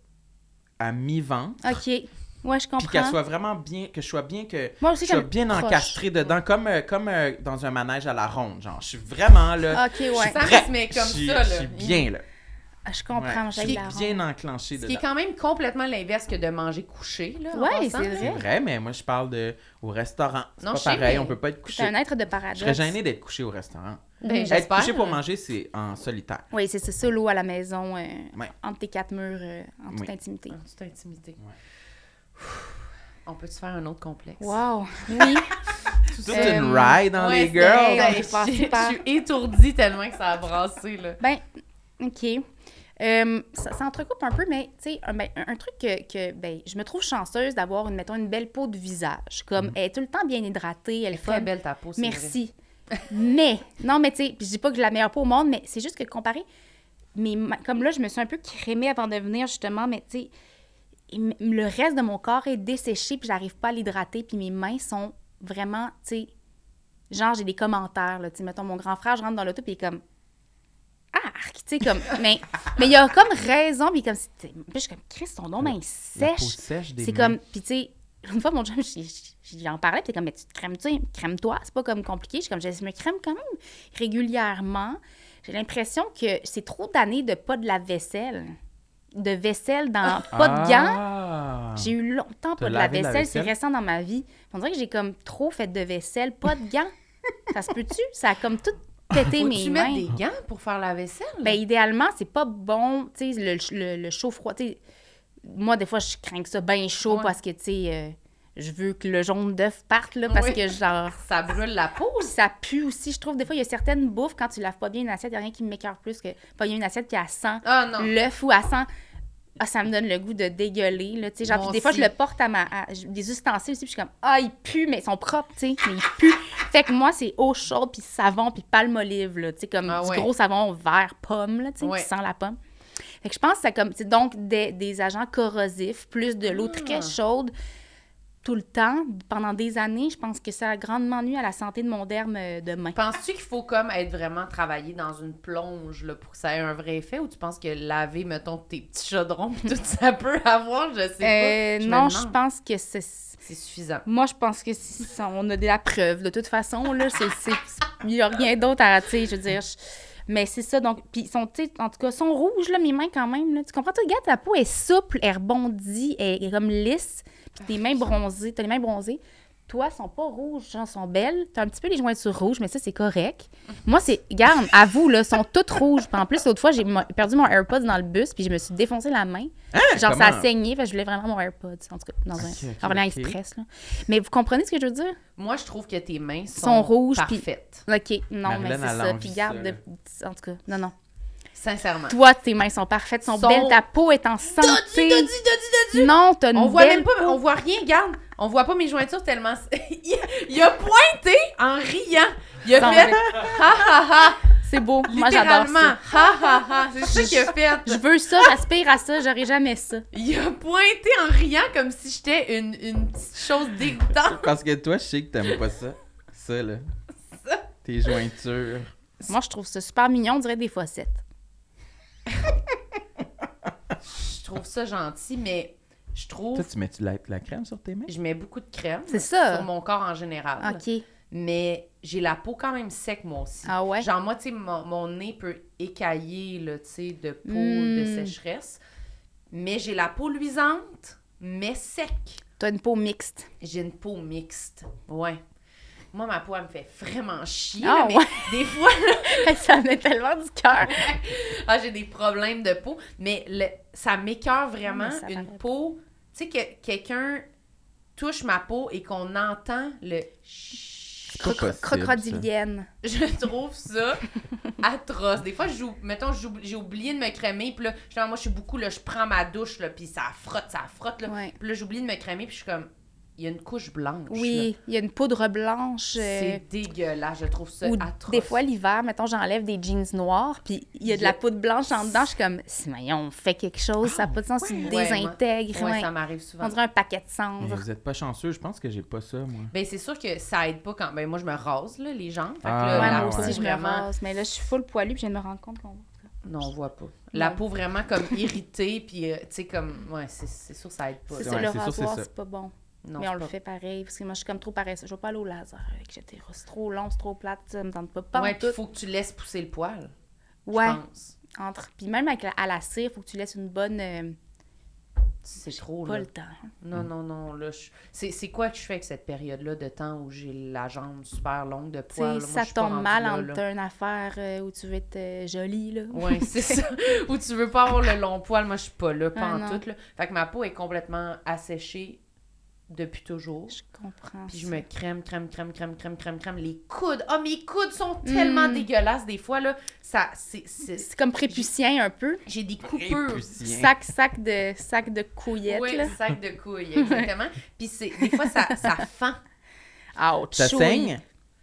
S2: à mi-ventre.
S4: OK. Ouais, je
S2: Puis qu'elle
S4: comprends.
S2: soit vraiment bien... que je sois bien... que
S4: Moi aussi,
S2: je sois
S4: j'aime
S2: bien
S4: proche.
S2: encastré dedans, comme dans un manège à la ronde. Genre, je suis vraiment, là...
S4: OK, ouais.
S3: Ça
S2: prêt.
S3: se met comme
S2: Je suis-
S3: ça, là.
S2: Je suis bien, là.
S4: Ah, je comprends.
S2: Ouais.
S4: J'ai
S2: Je suis
S4: la
S2: bien
S4: ronde.
S2: enclenché
S3: Ce qui est
S2: dedans.
S3: quand même complètement l'inverse que de manger couché, là. en
S4: Ouais,
S3: passant,
S4: c'est
S3: là.
S2: C'est vrai, mais moi, je parle au restaurant. C'est
S3: Non,
S2: pas
S3: je sais,
S2: pareil,
S3: mais
S2: on peut pas être
S4: C'est
S2: couché.
S4: un être de
S2: Je
S4: paradoxe.
S2: serais gêné d'être couché au restaurant.
S3: Ben,
S2: Être
S3: j'espère.
S2: couché pour manger, c'est en solitaire.
S4: Oui, c'est ça, l'eau à la maison,
S2: Ouais.
S4: entre tes quatre murs, en toute
S2: Oui.
S4: intimité.
S3: En toute intimité.
S2: Ouais.
S3: On peut-tu faire un autre complexe?
S4: Wow! Oui!
S2: Toute une ride dans
S3: Ouais,
S2: les girls.
S4: on
S3: ben,
S4: est passé
S3: je
S4: par-
S3: suis étourdie tellement que ça a brassé, là.
S4: Ben, OK. Ça entrecoupe un peu, mais tu sais, un truc que ben, je me trouve chanceuse d'avoir, mettons, une belle peau de visage. Comme, elle est tout le temps bien hydratée, elle est
S3: Très
S4: fun.
S3: belle ta peau, c'est
S4: Merci. Mais, non, mais tu sais, je dis pas que j'ai la meilleure peau au monde, mais c'est juste que comparé, comme là, je me suis un peu crémée avant de venir, justement, mais tu sais, le reste de mon corps est desséché, puis j'arrive pas à l'hydrater, puis mes mains sont vraiment, tu sais, genre, j'ai des commentaires, là, tu sais, mettons, mon grand frère, je rentre dans l'auto, puis il est comme, arc, tu sais, comme, mais il y a comme raison, puis comme, puis je suis comme, Chris, ton nom, main
S2: La peau
S4: sèche.
S2: sèche des
S4: C'est
S2: mains.
S4: comme, puis tu sais, une fois, mon chum, j'en parlais, puis il est comme, mais tu te crème-toi, c'est pas comme compliqué. Je suis comme, je me crème quand même régulièrement. J'ai l'impression que c'est trop d'années de pas de la vaisselle. De vaisselle dans pas de gants.
S2: Ah!
S4: J'ai eu longtemps
S2: T'as
S4: pas de la
S2: lavé la
S4: vaisselle, c'est
S2: vaisselle?
S4: récent dans ma vie. On dirait que j'ai comme trop fait de vaisselle, pas de gants. Ça se peut-tu? Ça a comme tout pété
S3: Faut-tu
S4: mes
S3: mettre
S4: mains.
S3: des gants pour faire la vaisselle?
S4: Ben, idéalement, c'est pas bon, tu sais, le chaud-froid, tu sais. Moi, des fois, je crains que ça bien chaud
S3: Ouais.
S4: parce que, tu sais, je veux que le jaune d'œuf parte, là, parce
S3: Oui.
S4: que, genre,
S3: Ça brûle la peau.
S4: ça pue aussi. Je trouve, des fois, il y a certaines bouffes, quand tu laves pas bien une assiette, il n'y a rien qui m'écoeure plus que pas une assiette qui a sent
S3: Ah non.
S4: l'œuf ou à sent. Ah, ça me donne le goût de dégueuler, là, tu sais. Genre,
S3: Moi
S4: puis des fois,
S3: aussi.
S4: je le porte des ustensiles aussi, puis je suis comme, ah, ils puent, mais ils sont propres, tu sais, mais ils puent. Fait que moi, c'est eau chaude, puis savon, puis palmolive, là, tu sais, comme
S3: Ah
S4: du
S3: ouais.
S4: gros savon vert pomme, là, tu sais,
S3: Ouais.
S4: qui sent la pomme. Fait que je pense que c'est donc des agents corrosifs, plus de l'eau très chaude tout le temps, pendant des années. Je pense que ça a grandement nuit à la santé de mon derme de main.
S3: Penses-tu qu'il faut comme être vraiment travaillé dans une plonge là, pour que ça ait un vrai effet ou tu penses que laver, mettons, tes petits chaudrons pis tout ça peut avoir, je sais pas.
S4: Non,
S3: me
S4: je
S3: demande.
S4: pense que c'est...
S3: C'est suffisant.
S4: Moi, je pense que on a de la preuve. De toute façon, là, il n'y a rien d'autre à... Tu sais, je veux dire... Mais c'est ça, donc... Puis, en tout cas, sont rouges, là, mes mains, quand même. Là. Tu comprends? Tu regardes, ta peau est souple, elle rebondit, elle est comme lisse. Puis tes mains bronzées, t'as les mains bronzées. Toi, elles sont pas rouges, genre, sont belles. T'as un petit peu les jointures rouges, mais ça, c'est correct. Moi, regarde, à vous, là, sont toutes rouges. Puis en plus, l'autre fois, j'ai perdu mon AirPods dans le bus, puis je me suis défoncé la main. Genre, ça a
S2: comment?
S4: saigné, fait que je voulais vraiment mon AirPods, en tout cas, dans un
S2: ok,
S4: Orléans
S2: ok.
S4: Express, là. Mais vous comprenez ce que je veux dire?
S3: Moi, je trouve que tes mains
S4: Sont rouges, puis-
S3: parfaites.
S4: OK, non,
S2: Marilyn,
S4: mais
S2: elle
S4: c'est
S2: a
S4: ça.
S2: envie
S4: Puis
S2: de
S4: garde,
S2: ça,
S4: en tout cas, non.
S3: Sincèrement.
S4: Toi, tes mains sont parfaites, sont belles, ta peau est en santé. Non, t'as une
S3: On voit
S4: belle
S3: même pas,
S4: peau.
S3: on voit rien, regarde. On voit pas mes jointures tellement. Il a pointé en riant. Il a
S4: Sans
S3: fait
S4: vrai.
S3: ha ha ha.
S4: C'est beau. Moi, j'adore
S3: Littéralement.
S4: ça.
S3: Ha, ha, ha. C'est ça qu'il a fait.
S4: Je veux ça, j'aspire à ça, j'aurai jamais ça.
S3: Il a pointé en riant comme si j'étais une petite chose dégoûtante.
S2: Parce que toi, je sais que t'aimes pas ça. Ça, là.
S3: Ça.
S2: Tes jointures.
S4: Moi, je trouve ça super mignon, on dirait des fossettes.
S3: Je trouve ça gentil, mais je trouve...
S2: Toi, tu mets-tu de la crème sur tes mains?
S3: Je mets beaucoup de crème.
S4: C'est ça.
S3: Sur mon corps en général.
S4: OK.
S3: Mais j'ai la peau quand même sec, moi aussi.
S4: Ah ouais?
S3: Genre, moi, tu sais, mon nez peut écailler, là, tu sais, de peau, de sécheresse. Mais j'ai la peau luisante, mais sec.
S4: T'as une peau mixte.
S3: J'ai une peau mixte. Ouais. Moi, ma peau, elle me fait vraiment chier.
S4: Ah
S3: là, mais
S4: ouais?
S3: des fois, là,
S4: Ça met tellement du cœur.
S3: j'ai des problèmes de peau. Mais ça m'écoeure vraiment
S4: Mais ça
S3: une
S4: paraît
S3: peau. Tu sais, que quelqu'un touche ma peau et qu'on entend le...
S2: C'est pas possible, ça.
S4: Crocodilienne.
S3: Je trouve ça atroce. Des fois, j'ai oublié de me crémer. Puis là, justement, moi, je suis beaucoup, là, je prends ma douche, là, puis ça frotte, là.
S4: Ouais.
S3: Puis là, j'oublie de me crémer, puis je suis comme, il y a une couche blanche.
S4: Oui, il y a une poudre blanche.
S3: là. C'est dégueulasse, je trouve ça
S4: Ou
S3: atroce.
S4: des fois, l'hiver, mettons, j'enlève des jeans noirs, puis il y a de la poudre blanche en dedans. Je suis comme, voyons, on fait quelque chose, ça n'a pas de sens, il
S3: Ouais,
S4: désintègre.
S3: Ouais,
S4: ouais.
S3: ça m'arrive souvent.
S4: On dirait un paquet de
S2: Mais
S4: cendres.
S2: vous êtes pas chanceux, je pense que j'ai pas ça, moi.
S3: Ben, c'est sûr que ça aide pas quand... Ben, moi, je me rase, là, les jambes. Fait que
S2: Ah,
S3: là,
S4: Ouais,
S3: la
S4: moi
S3: peau,
S4: aussi, je me
S3: vraiment...
S4: rase. Mais là, je suis full poilue, puis je viens de me rendre compte qu'on...
S3: Non, on voit pas. La
S4: Non.
S3: peau vraiment comme irritée, puis, tu sais, comme... Ouais, c'est sûr, ça aide pas.
S4: C'est
S3: là.
S4: ça,
S2: Ouais,
S4: le
S2: c'est sûr,
S4: rasoir,
S2: c'est ça.
S4: c'est pas bon.
S3: Non,
S4: Mais
S3: c'est
S4: on le
S3: pas-
S4: fait pareil, parce que moi, je suis comme trop paresseuse. Je vais pas aller au laser, etc. C'est trop long, c'est trop plate, ça me tente pas.
S3: Ouais,
S4: tout.
S3: puis il faut que tu laisses pousser le poil,
S4: Ouais,
S3: je pense.
S4: Puis même avec à la cire, faut que tu laisses une bonne...
S3: C'est trop,
S4: pas
S3: là.
S4: le temps.
S3: Non, là, c'est quoi que je fais avec cette période-là de temps où j'ai la jambe super longue de poil?
S4: Tu sais,
S3: là? Moi,
S4: ça
S3: je suis pas
S4: tombe
S3: rendue
S4: mal
S3: là,
S4: entre
S3: là.
S4: une affaire où tu veux être jolie, là.
S3: Ouais, c'est ça. Où tu veux pas avoir le long poil, moi, je suis pas là, pas
S4: Ah,
S3: en
S4: non.
S3: tout, là. Fait que ma peau est complètement asséchée depuis toujours.
S4: Je comprends.
S3: Puis je
S4: ça.
S3: me crème. Les coudes. Ah, mes coudes sont tellement dégueulasses des fois, là. Ça, c'est...
S4: C'est comme préputien un peu.
S3: J'ai des coupures.
S2: Préputien.
S4: Sac de couillettes,
S3: Oui,
S4: là.
S3: sac de couilles, exactement. Puis des fois, ça fend.
S4: Ouch.
S2: Ça saigne?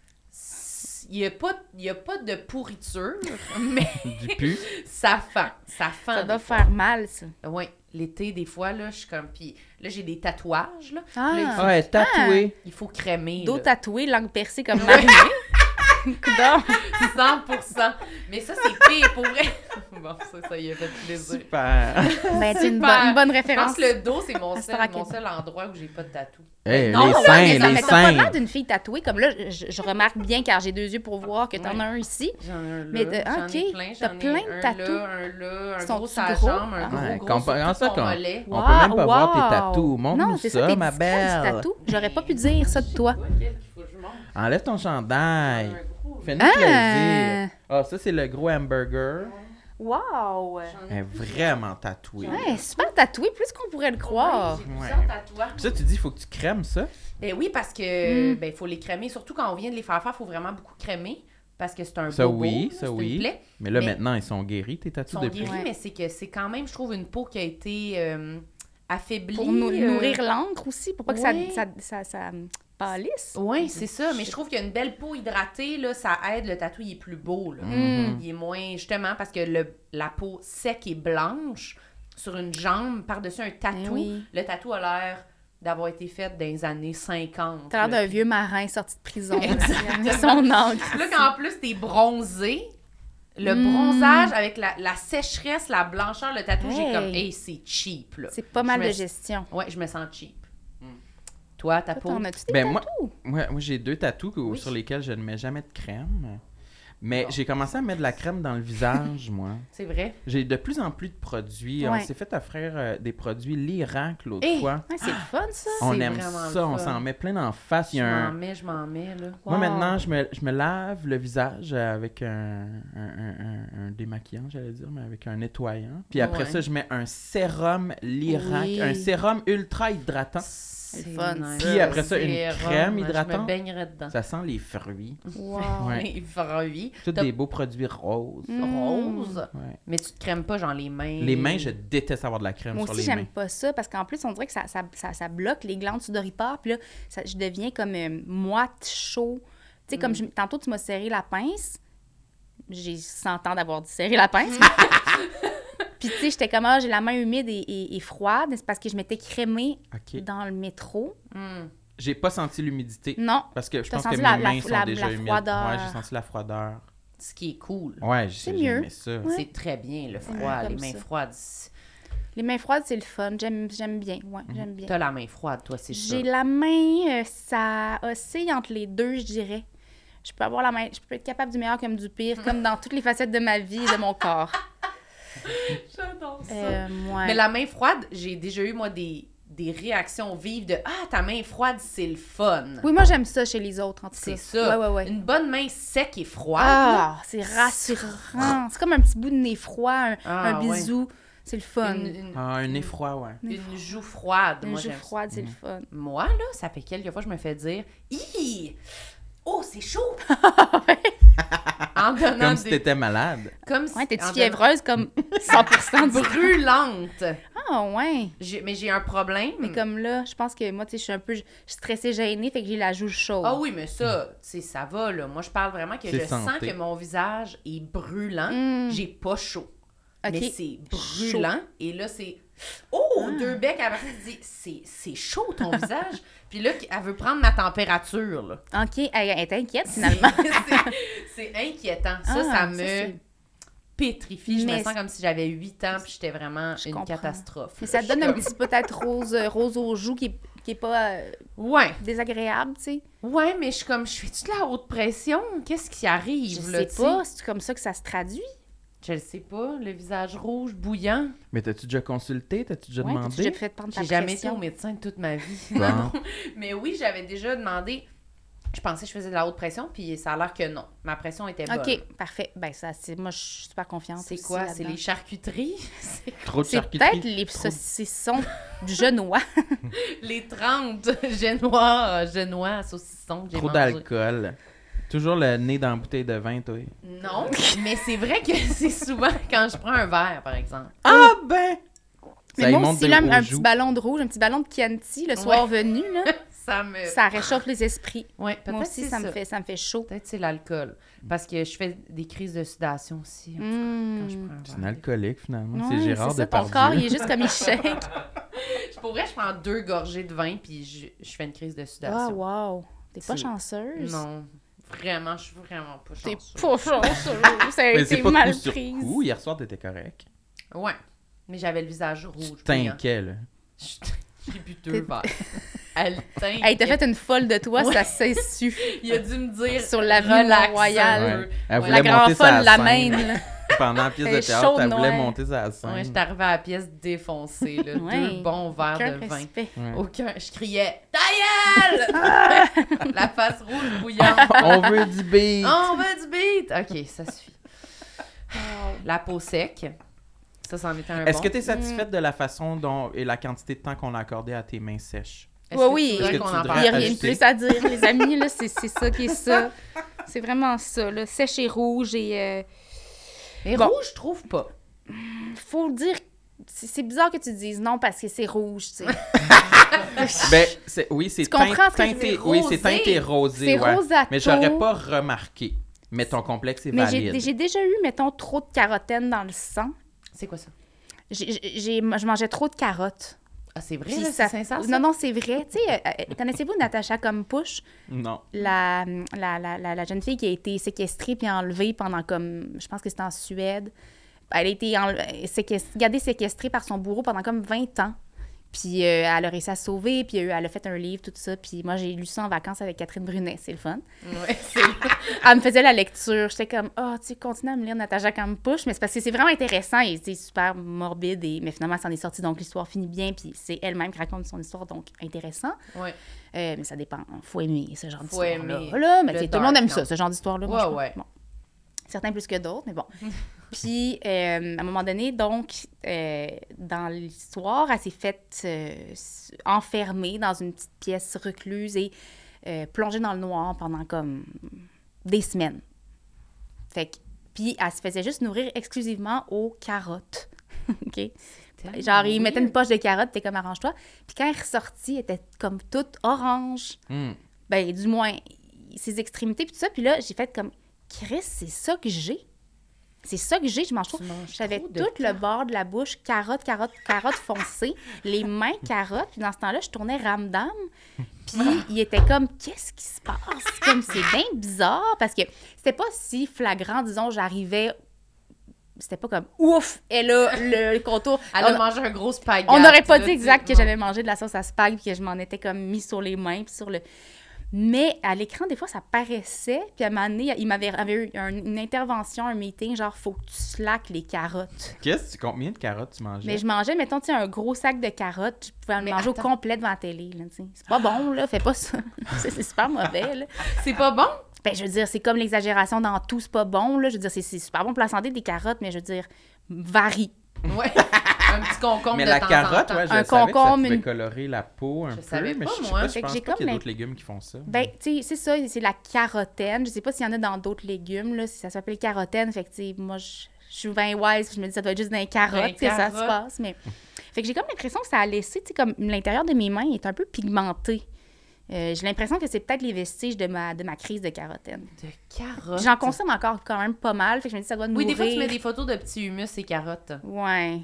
S3: Il y a pas de pourriture, mais
S2: Du pu?
S3: ça fend. Ça fend.
S4: Ça
S3: des
S4: doit
S3: fois.
S4: faire mal, ça.
S3: Oui, l'été, des fois, là, je suis comme... Puis là, j'ai des tatouages, là.
S4: Ah.
S3: Là,
S2: Ah, elle est tatouée.
S3: il faut crémer,
S4: Dos
S3: là.
S4: tatoué, langue percée comme marinée. Coudonc.
S3: 100%. Mais ça, c'est pire, pour vrai. Bon, ça y a fait plaisir.
S2: Super.
S4: Ben, c'est une
S3: Super.
S4: bonne
S3: Je
S4: référence.
S3: pense que le dos, c'est mon
S4: Star
S3: seul,
S4: Academy.
S3: endroit où j'ai pas de tatou.
S2: Hey,
S3: Non,
S2: les
S3: ouais,
S2: seins,
S3: mais ça,
S2: les
S4: Mais t'as pas l'air
S2: seins.
S4: d'une fille tatouée. Comme là, je remarque bien, car j'ai 2 yeux pour voir, que t'en
S3: Ouais.
S4: as un ici.
S3: J'en ai un là,
S4: Mais
S3: j'en ai
S4: ok,
S3: plein,
S4: t'as
S3: j'en ai
S4: plein de
S3: un
S4: tatous.
S3: là, un là, un
S4: Sont-tu
S3: gros sur la
S4: gros?
S3: jambe, un
S2: Ouais,
S3: gros
S2: comparant
S3: sur
S2: ça,
S3: tout mon
S2: qu'on-
S3: mollet.
S2: On peut même pas voir tes tatous.
S4: Non,
S2: Montre-nous
S4: c'est
S2: ça,
S4: t'es
S2: ma
S4: discret, ce
S2: belle.
S4: tatou. J'aurais pas pu dire ça de toi.
S2: Enlève ton chandail. Fais-nous
S4: Ah!
S2: plaisir. Ah, ça, c'est le gros hamburger.
S4: Wow!
S2: Elle est vraiment tatouée.
S4: Ouais, super tatoué, plus qu'on pourrait le croire.
S3: J'ai plusieurs tatouages.
S2: Puis ça, tu dis, il faut que tu crèmes ça.
S3: Ben oui, parce que ben faut les crémer. Surtout quand on vient de les faire, faut vraiment beaucoup crémer. Parce que c'est un
S2: Ça,
S3: bobo,
S2: oui,
S3: là,
S2: ça,
S3: c'est
S2: oui.
S3: une plaie.
S2: Mais là,
S3: Mais-
S2: maintenant, ils sont guéris, tes
S3: Ils
S2: tatous
S3: sont
S2: depuis.
S3: guéris,
S4: Ouais.
S3: mais c'est que c'est quand même, je trouve, une peau qui a été affaiblie.
S4: Pour nourrir l'encre aussi, pour pas que
S3: ouais.
S4: ça pâlisse.
S3: Oui, c'est ça. Mais je trouve qu'il y a une belle peau hydratée, là, ça aide. Le tatou, il est plus beau. Là.
S2: Mhm.
S3: Il est moins... Justement, parce que la peau sec et blanche sur une jambe par-dessus un tatou,
S4: Eh oui.
S3: le tatou a l'air d'avoir été fait dans les années 50.
S4: T'as l'air
S3: là.
S4: d'un vieux marin sorti de prison.
S3: Exactement.
S4: Il a son encre.
S3: Là, quand en plus, t'es bronzé, le
S4: Mm.
S3: bronzage avec la sécheresse, la blancheur, le tatou, j'ai
S4: Hey.
S3: comme, hey, c'est cheap, là.
S4: C'est pas mal
S3: Je me-
S4: de gestion.
S3: Ouais, je me sens cheap. Toi, ta
S4: Toi,
S3: peau?
S4: t'en as-tu des
S2: Ben, moi-
S4: tatous?
S2: Moi, j'ai 2 tatous
S3: Oui.
S2: sur lesquels je ne mets jamais de crème. Mais
S3: Bon.
S2: j'ai commencé à mettre de la crème dans le visage, moi.
S3: C'est vrai?
S2: J'ai de plus en plus de produits. On
S4: Ouais.
S2: s'est fait offrir des produits Lirac l'autre
S3: Hey!
S2: fois.
S4: Ouais, c'est le fun, ça.
S2: On
S3: c'est
S2: aime
S3: vraiment le
S2: ça, on
S3: fun.
S2: s'en met plein d'en face. Il y
S3: Je
S2: a un...
S3: m'en mets, là.
S2: Moi,
S4: Wow.
S2: maintenant, je me lave le visage avec un démaquillant, j'allais dire, mais avec un nettoyant. Puis après
S3: Ouais.
S2: ça, je mets un sérum Lirac,
S4: Oui.
S2: un sérum ultra hydratant.
S3: C'est
S4: le fun.
S3: nice.
S2: Puis après ça, une
S3: Sérum,
S2: crème
S3: Je
S2: hydratante.
S3: me baignerais dedans.
S2: Ça sent les fruits.
S4: Wow.
S2: Ouais.
S3: Les fruits.
S2: Tous
S3: T'as-
S2: des beaux produits roses.
S3: Rose.
S2: Ouais.
S3: Mais tu te crèmes pas, genre, les mains.
S2: Les mains, je déteste avoir de la crème
S4: Moi
S2: sur
S4: aussi,
S2: les
S4: j'aime
S2: mains.
S4: pas ça parce qu'en plus, on dirait que ça bloque les glandes sudoripares. Puis là, je deviens comme moite, chaud. Tu sais, comme tantôt, tu m'as serré la pince. j'ai 100 ans d'avoir dû serrer la pince. Puis, tu sais, j'étais comme, j'ai la main humide et froide. C'est parce que je m'étais crémée dans le métro.
S2: J'ai pas senti l'humidité.
S4: Non.
S2: Parce que je
S4: T'as
S2: pense que
S4: senti
S2: mes mains sont déjà
S4: la
S2: humides.
S4: froideur.
S2: Ouais, j'ai senti la froideur.
S3: Ce qui est cool.
S2: Ouais,
S4: C'est
S2: j'ai
S4: mieux.
S2: aimé ça.
S4: Ouais.
S3: C'est très bien, le froid,
S4: comme
S3: les mains
S4: ça.
S3: froides.
S4: Les mains froides, c'est le fun. J'aime bien. Ouais, j'aime bien.
S3: T'as la main froide, toi, c'est sûr.
S4: J'ai la main, ça oscille entre les deux, je dirais. Je peux avoir la main, je peux être capable du meilleur comme du pire, comme dans toutes les facettes de ma vie et de mon corps.
S3: J'adore ça.
S4: Ouais.
S3: Mais la main froide, j'ai déjà eu, moi, des réactions vives de « Ah, ta main froide, c'est le fun!
S4: Oui, moi, j'aime ça chez les autres, en tout cas.
S3: C'est ça.
S4: Ouais.
S3: Une bonne main sec et froide.
S4: Ah, c'est rassurant. C'est comme un petit bout de nez froid, un bisou. C'est le fun.
S2: Un nez froid, ouais.
S3: Une joue froide.
S4: Une
S3: Moi,
S4: joue
S3: j'aime ça.
S4: froide, c'est le fun.
S3: Moi, là, ça fait quelques fois que je me fais dire « Hi! Oh, c'est chaud! » En donnant
S2: Comme si t'étais malade.
S3: Comme si...
S4: Ouais, t'es-tu
S3: en
S4: fiévreuse comme 100% du
S3: brûlante.
S4: Ah, ouais.
S3: Mais j'ai un problème.
S4: Mais comme là, je pense que moi, tu sais, je suis un peu stressée, gênée, fait que j'ai la joue chaude.
S3: Ah oui, mais ça, tu sais, ça va, là. Moi, je parle vraiment que
S2: C'est
S3: je sens
S2: santé.
S3: que mon visage est brûlant. J'ai pas chaud.
S4: OK.
S3: Mais c'est brûlant. Et là, c'est... Oh! 2 becs à la personne qui dit « C'est chaud, ton visage. » Puis là, elle veut prendre ma température, là.
S4: OK. Elle est inquiète, finalement.
S3: C'est inquiétant. Ça,
S4: Ah,
S3: ça
S4: ça,
S3: me
S4: c'est-
S3: pétrifie. Je me
S4: Mais
S3: sens comme si j'avais 8 ans puis j'étais vraiment
S4: Je
S3: une
S4: comprends.
S3: catastrophe.
S4: Mais
S3: là.
S4: ça te
S3: Je
S4: donne
S3: suis
S4: un
S3: comme-
S4: petit peut-être rose aux joues qui est pas
S3: Ouais.
S4: désagréable, tu sais.
S3: Ouais, mais je fais-tu de la haute pression? Qu'est-ce qui arrive,
S4: Je
S3: là,
S4: sais
S3: tu sais?
S4: pas, c'est comme ça que ça se traduit.
S3: Je le sais pas. Le visage rouge, bouillant.
S2: Mais t'as-tu déjà consulté? T'as-tu déjà
S4: Ouais,
S2: demandé?
S4: t'as-tu déjà fait prendre ta
S3: J'ai jamais été
S4: pression?
S3: au médecin de toute ma vie.
S2: Bon.
S3: Non. Mais oui, j'avais déjà demandé. Je pensais que je faisais de la haute pression, puis ça a l'air que non. Ma pression était bonne.
S4: OK, parfait. Ben ça, moi, je suis super confiante.
S3: C'est
S4: aussi
S3: quoi?
S4: là-dedans.
S3: C'est les charcuteries? C'est
S2: Trop de
S4: C'est
S2: charcuterie?
S4: peut-être les saucissons du genois.
S3: les 30 genois, saucissons que j'ai
S2: Trop
S3: mangés.
S2: d'alcool. Toujours le nez dans la bouteille de vin, toi.
S3: Non, mais c'est vrai que c'est souvent quand je prends un verre, par exemple.
S2: Ah ben!
S4: Mais
S2: y
S4: moi
S2: monte
S4: aussi,
S2: de-
S4: là,
S2: aux
S4: un
S2: joues.
S4: petit ballon de rouge, un petit ballon de Chianti, le soir venu, là,
S3: Ça me...
S4: ça réchauffe les esprits.
S3: Ouais, peut-être
S4: Moi aussi,
S3: c'est
S4: ça me fait chaud.
S3: Peut-être c'est l'alcool. Parce que je fais des crises de sudation aussi. Quand je prends un
S2: C'est
S3: verre.
S2: un alcoolique, finalement.
S4: Ouais,
S2: c'est Gérard
S4: ça, ton
S2: Depardieu.
S4: corps, il est juste comme il shake.
S3: Pour vrai, je prends 2 gorgées de vin puis je fais une crise de sudation.
S4: Ah, wow. T'es pas
S3: C'est-
S4: chanceuse.
S3: Non, vraiment, je suis vraiment pas
S4: T'es
S3: chanceuse.
S4: pas chanceuse. Ça a
S2: Mais c'est
S4: été
S2: pas
S4: mal
S2: coup sur
S4: prise.
S2: coup. Hier soir, t'étais correct.
S3: Ouais, mais j'avais le visage rouge.
S2: Tu
S3: brillant.
S2: t'inquiètes, là.
S3: J'ai bu 2 verres. Elle teinte.
S4: Hey, t'as fait une folle de toi,
S3: Ouais.
S4: ça s'est su.
S3: Il a dû me dire
S4: Sur l'avenue
S3: relax
S4: Mont-Royal.
S3: un peu.
S2: Ouais. Elle
S3: Ouais.
S2: voulait
S4: La grande
S2: monter sa
S4: folle, la
S2: scène.
S4: main, là.
S2: Pendant la pièce
S4: Elle
S2: de
S4: est
S2: théâtre,
S4: chaude,
S2: elle voulait
S4: ouais.
S2: monter sa scène.
S3: Ouais, j'étais arrivée à la pièce défoncée, là.
S4: Ouais.
S3: 2 bons verres
S4: Aucun
S3: de vin.
S4: respect.
S2: Ouais.
S3: Aucun. Je criais « Ta gueule! » La face rouge bouillante.
S2: On veut du beat!
S3: On veut du beat! OK, ça suffit. La peau sec. Ça, c'en était un
S2: Est-ce
S3: bon.
S2: que tu es satisfaite de la façon dont et la quantité de temps qu'on a accordé à tes mains sèches?
S3: Est-ce
S4: Ouais,
S3: que
S4: oui.
S3: tu voudrais
S2: Est-ce que
S3: qu'on
S2: tu
S3: en
S2: voudrais-
S4: Il n'y a
S3: parle?
S4: rien de
S2: ajouter.
S4: plus à dire, les amis, là, c'est ça qui est ça. C'est vraiment ça, là. Sèche et rouge et...
S3: Mais
S4: Bon.
S3: rouge, je trouve pas.
S4: faut dire... C'est bizarre que tu dises non parce que c'est rouge, tu sais.
S2: Ben, oui, c'est
S4: Tu comprends ce que je veux
S2: teinté,
S3: dire?
S2: oui, c'est
S3: Rosé.
S2: teinté rosé,
S4: C'est
S2: ouais.
S4: rosato.
S2: Mais j'aurais pas remarqué. Mais ton complexe est
S4: Mais
S2: valide.
S4: j'ai déjà eu, mettons, trop de carotène dans le sang.
S3: C'est quoi ça?
S4: Je mangeais trop de carottes.
S3: Ah, c'est vrai,
S4: Puis
S3: là,
S4: ça-
S3: c'est sincère, ça?
S4: Non, non, c'est vrai. Tu sais, connaissez-vous Natacha Kampusch,
S2: Non.
S4: la jeune fille qui a été séquestrée puis enlevée pendant comme... Je pense que c'était en Suède. Elle a été gardée séquestrée par son bourreau pendant comme 20 ans. Puis elle a réussi à se sauver, puis elle a fait un livre, tout ça. Puis moi, j'ai lu ça en vacances avec Catherine Brunet. C'est le fun.
S3: Ouais, c'est...
S4: Elle me faisait la lecture. J'étais comme, tu sais, continue à me lire Natacha Kampusch. Mais c'est parce que c'est vraiment intéressant et c'est super morbide. Mais finalement, elle s'en est sortie. Donc, l'histoire finit bien. Puis c'est elle-même qui raconte son histoire. Donc, intéressant.
S3: Ouais.
S4: Mais ça dépend. Faut aimer ce genre
S3: Faut
S4: d'histoire-là.
S3: aimer
S4: Là, mais
S3: le
S4: tu sais, tout le monde aime
S3: dark,
S4: ça,
S3: non.
S4: ce genre d'histoire-là. moi,
S3: Ouais,
S4: je pense.
S3: ouais.
S4: Bon. Certains plus que d'autres, mais bon. Puis, à un moment donné, donc, dans l'histoire, elle s'est faite enfermer dans une petite pièce recluse et plongée dans le noir pendant comme des semaines. Fait que, puis, elle se faisait juste nourrir exclusivement aux carottes. OK? Genre, il mettait une poche de carottes, t'es comme, arrange-toi. Puis quand elle est ressortie, elle était comme toute orange. Ben, du moins, ses extrémités, puis tout ça. Puis là, j'ai fait comme, Chris, c'est ça que j'ai. C'est ça que j'ai, je mange trop. J'avais
S3: trop de
S4: tout le bord de la bouche, carotte foncée, les mains carottes. Puis dans ce temps-là, je tournais Ramdam. Puis il était comme, qu'est-ce qui se passe? Comme, c'est bien bizarre parce que c'était pas si flagrant, disons, j'arrivais. C'était pas comme, ouf, elle a le contour.
S3: Elle a mangé un gros spaghetti.
S4: On n'aurait pas dit exact que j'avais mangé de la sauce à spag puis que je m'en étais comme mis sur les mains puis sur le... Mais à l'écran, des fois, ça paraissait. Puis à un moment donné, il m'avait eu une intervention, un meeting, genre, faut que tu slackes les carottes.
S2: Combien de carottes tu mangeais?
S4: Mais je mangeais, mettons, tu sais, un gros sac de carottes. Je pouvais le manger au complet devant la télé, là, tu sais. C'est pas bon, là, fais pas ça. c'est super mauvais, là.
S3: C'est pas bon?
S4: Ben, je veux dire, c'est comme l'exagération dans tout, c'est pas bon, là. Je veux dire, c'est super bon pour la santé des carottes, mais je veux dire, varie.
S3: Ouais. Un petit concombre
S2: mais
S3: de
S2: la
S3: temps
S2: carotte,
S3: en temps.
S2: ouais, je
S4: Un
S2: savais
S4: concombre,
S2: que ça pouvait
S4: une-
S2: colorer la peau un peu,
S3: savais
S2: mais
S3: pas,
S2: je sais
S3: moi.
S2: pas,
S4: Fait
S2: je
S4: que
S2: pense
S4: j'ai
S2: pas qu'il y a
S4: comme
S2: d'autres légumes qui font ça.
S4: Ben, tu sais, c'est ça, c'est la carotène. Je sais pas s'il y en a dans d'autres légumes, là, si ça s'appelle carotène. Fait que, tu sais, moi, je suis bien wise, puis je me dis, ça doit être juste dans les carottes que ça se
S3: carottes.
S4: passe. Mais... Fait que j'ai comme l'impression que ça a laissé, tu sais, comme l'intérieur de mes mains est un peu pigmenté. J'ai l'impression que c'est peut-être les vestiges de ma crise de carotène.
S3: De carottes.
S4: J'en consomme encore quand même pas mal, fait que je me dis, ça doit
S3: Oui,
S4: nourrir.
S3: des fois, tu mets des photos de petits humus et carottes.
S4: Ouais.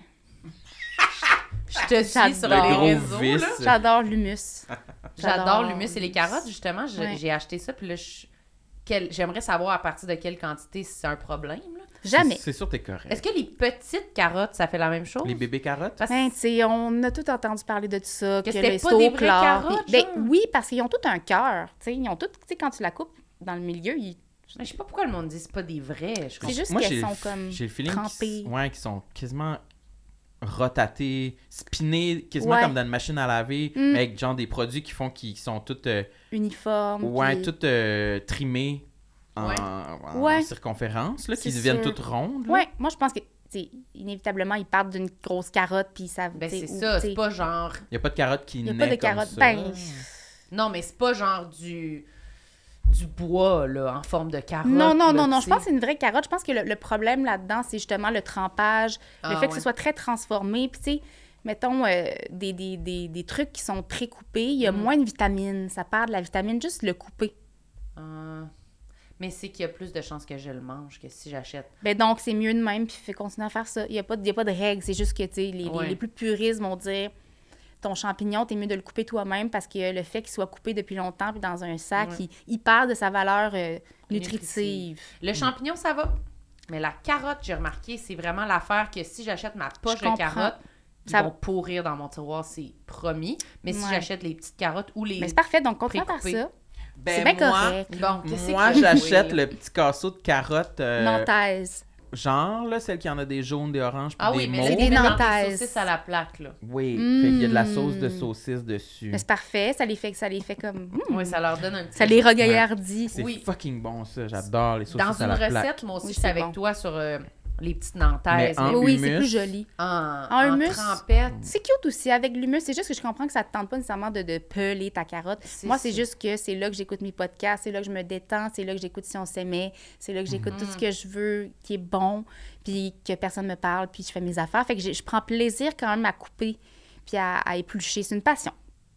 S3: Je te suis sur
S4: J'adore.
S3: les
S2: Le gros
S3: réseaux,
S2: vice.
S3: là.
S4: J'adore l'humus.
S3: J'adore l'humus et les carottes, justement.
S4: Ouais.
S3: J'ai acheté ça, puis là, j'aimerais savoir à partir de quelle quantité si c'est un problème, là.
S4: Jamais.
S2: C'est sûr, t'es correct.
S3: Est-ce que les petites carottes, ça fait la même chose?
S2: Les bébés carottes?
S3: Parce-
S4: Ben, tu sais, on a tout entendu parler de ça.
S3: Que
S4: Que
S3: c'était
S4: le
S3: pas des vraies
S4: sauclore,
S3: carottes,
S4: puis- ben,
S3: genre?
S4: oui, parce qu'ils ont tout un cœur. Tu sais, ils ont tout, tu sais, quand tu la coupes dans le milieu,
S3: Mais je sais pas pourquoi le monde dit c'est pas des vrais. Je
S4: c'est juste
S2: Moi,
S4: qu'elles
S2: j'ai
S4: sont comme
S2: j'ai le feeling
S4: trempées.
S2: qu'ils sont quasiment rotatés, spinés, quasiment
S4: Ouais.
S2: comme dans une machine à laver,
S4: Mm.
S2: mais avec genre des produits qui sont tous
S4: uniformes.
S2: ouais,
S4: puis-
S2: toutes trimés en,
S3: Ouais.
S2: en
S4: Ouais.
S2: circonférence, là, qui
S4: C'est
S2: deviennent
S4: sûr.
S2: toutes rondes. là.
S4: Ouais, moi, je pense que, tu sais, inévitablement, ils partent d'une grosse carotte, puis ça...
S3: Ben,
S4: tu sais,
S3: c'est
S4: ou,
S3: ça.
S4: tu sais,
S3: C'est pas genre.
S2: Il n'y a pas de carottes qui
S4: Il n'y a
S2: naissent
S4: pas de
S2: comme
S4: carotte.
S2: ça.
S4: Ben,
S3: Non, mais c'est pas genre du bois, là, en forme de carotte.
S4: non,
S3: là,
S4: je
S3: tu
S4: pense
S3: sais.
S4: que c'est une vraie carotte. Je pense que le problème là-dedans, c'est justement le trempage, le
S3: Ah,
S4: fait que
S3: ouais.
S4: ce soit très transformé. Puis, tu sais, mettons, des trucs qui sont pré-coupés, il y a moins de vitamines. Ça perd de la vitamine, juste le couper.
S3: Ah. Mais c'est qu'il y a plus de chances que je le mange que si j'achète.
S4: Ben donc, c'est mieux de même, puis fait continuer à faire ça. Il n'y a pas de règles. C'est juste que, tu sais,
S3: Ouais.
S4: les plus puristes vont dire ton champignon, t'es mieux de le couper toi-même parce que le fait qu'il soit coupé depuis longtemps puis dans un sac,
S3: Ouais.
S4: il perd de sa valeur nutritive.
S3: Nutritive. Le champignon, ça va. Mais la carotte, j'ai remarqué, c'est vraiment l'affaire que si j'achète ma poche
S4: Je
S3: de
S4: comprends.
S3: carottes, ils
S4: Ça-
S3: vont pourrir dans mon tiroir, c'est promis. Mais si
S4: Ouais.
S3: j'achète les petites carottes ou les...
S4: Mais c'est parfait, donc continue à faire
S3: Pré-coupé.
S4: ça.
S2: Ben,
S4: C'est bien
S2: moi,
S4: correct.
S3: Bon, qu'est-ce
S2: Moi,
S3: que
S2: j'achète
S3: oui.
S2: le petit casseau de carottes,
S4: Nantaise.
S2: genre, là, celle qui en a des jaunes, des oranges, puis
S3: Ah
S2: des
S3: oui, mais
S2: mauves.
S3: c'est
S4: des
S3: des
S4: nantaises.
S3: saucisses à la plaque, là.
S2: Oui, fait qu'il y a de la sauce de
S4: Mm.
S2: saucisse dessus.
S4: Mais c'est parfait, ça les fait comme...
S3: Oui, ça leur donne un petit...
S4: Ça les regaillardit.
S2: C'est
S3: oui.
S2: fucking bon, ça. J'adore les saucisses
S3: Dans
S2: à
S3: une
S2: la plaque.
S3: recette, moi aussi,
S4: Oui,
S3: j'étais
S4: c'est
S3: avec
S4: bon.
S3: toi sur les petites nantaises.
S2: Mais en
S3: mais
S4: Oui, c'est
S2: humus.
S4: plus joli.
S3: en
S4: humus.
S3: trempette.
S4: C'est cute aussi avec l'humus. C'est juste que je comprends que ça te tente pas nécessairement de peler ta carotte. Moi, c'est
S3: ça.
S4: juste que c'est là que j'écoute mes podcasts, c'est là que je me détends, c'est là que j'écoute Si on s'aimait, c'est là que j'écoute tout ce que je veux qui est bon, puis que personne me parle, puis je fais mes affaires. Fait que je prends plaisir quand même à couper puis à éplucher. C'est une passion.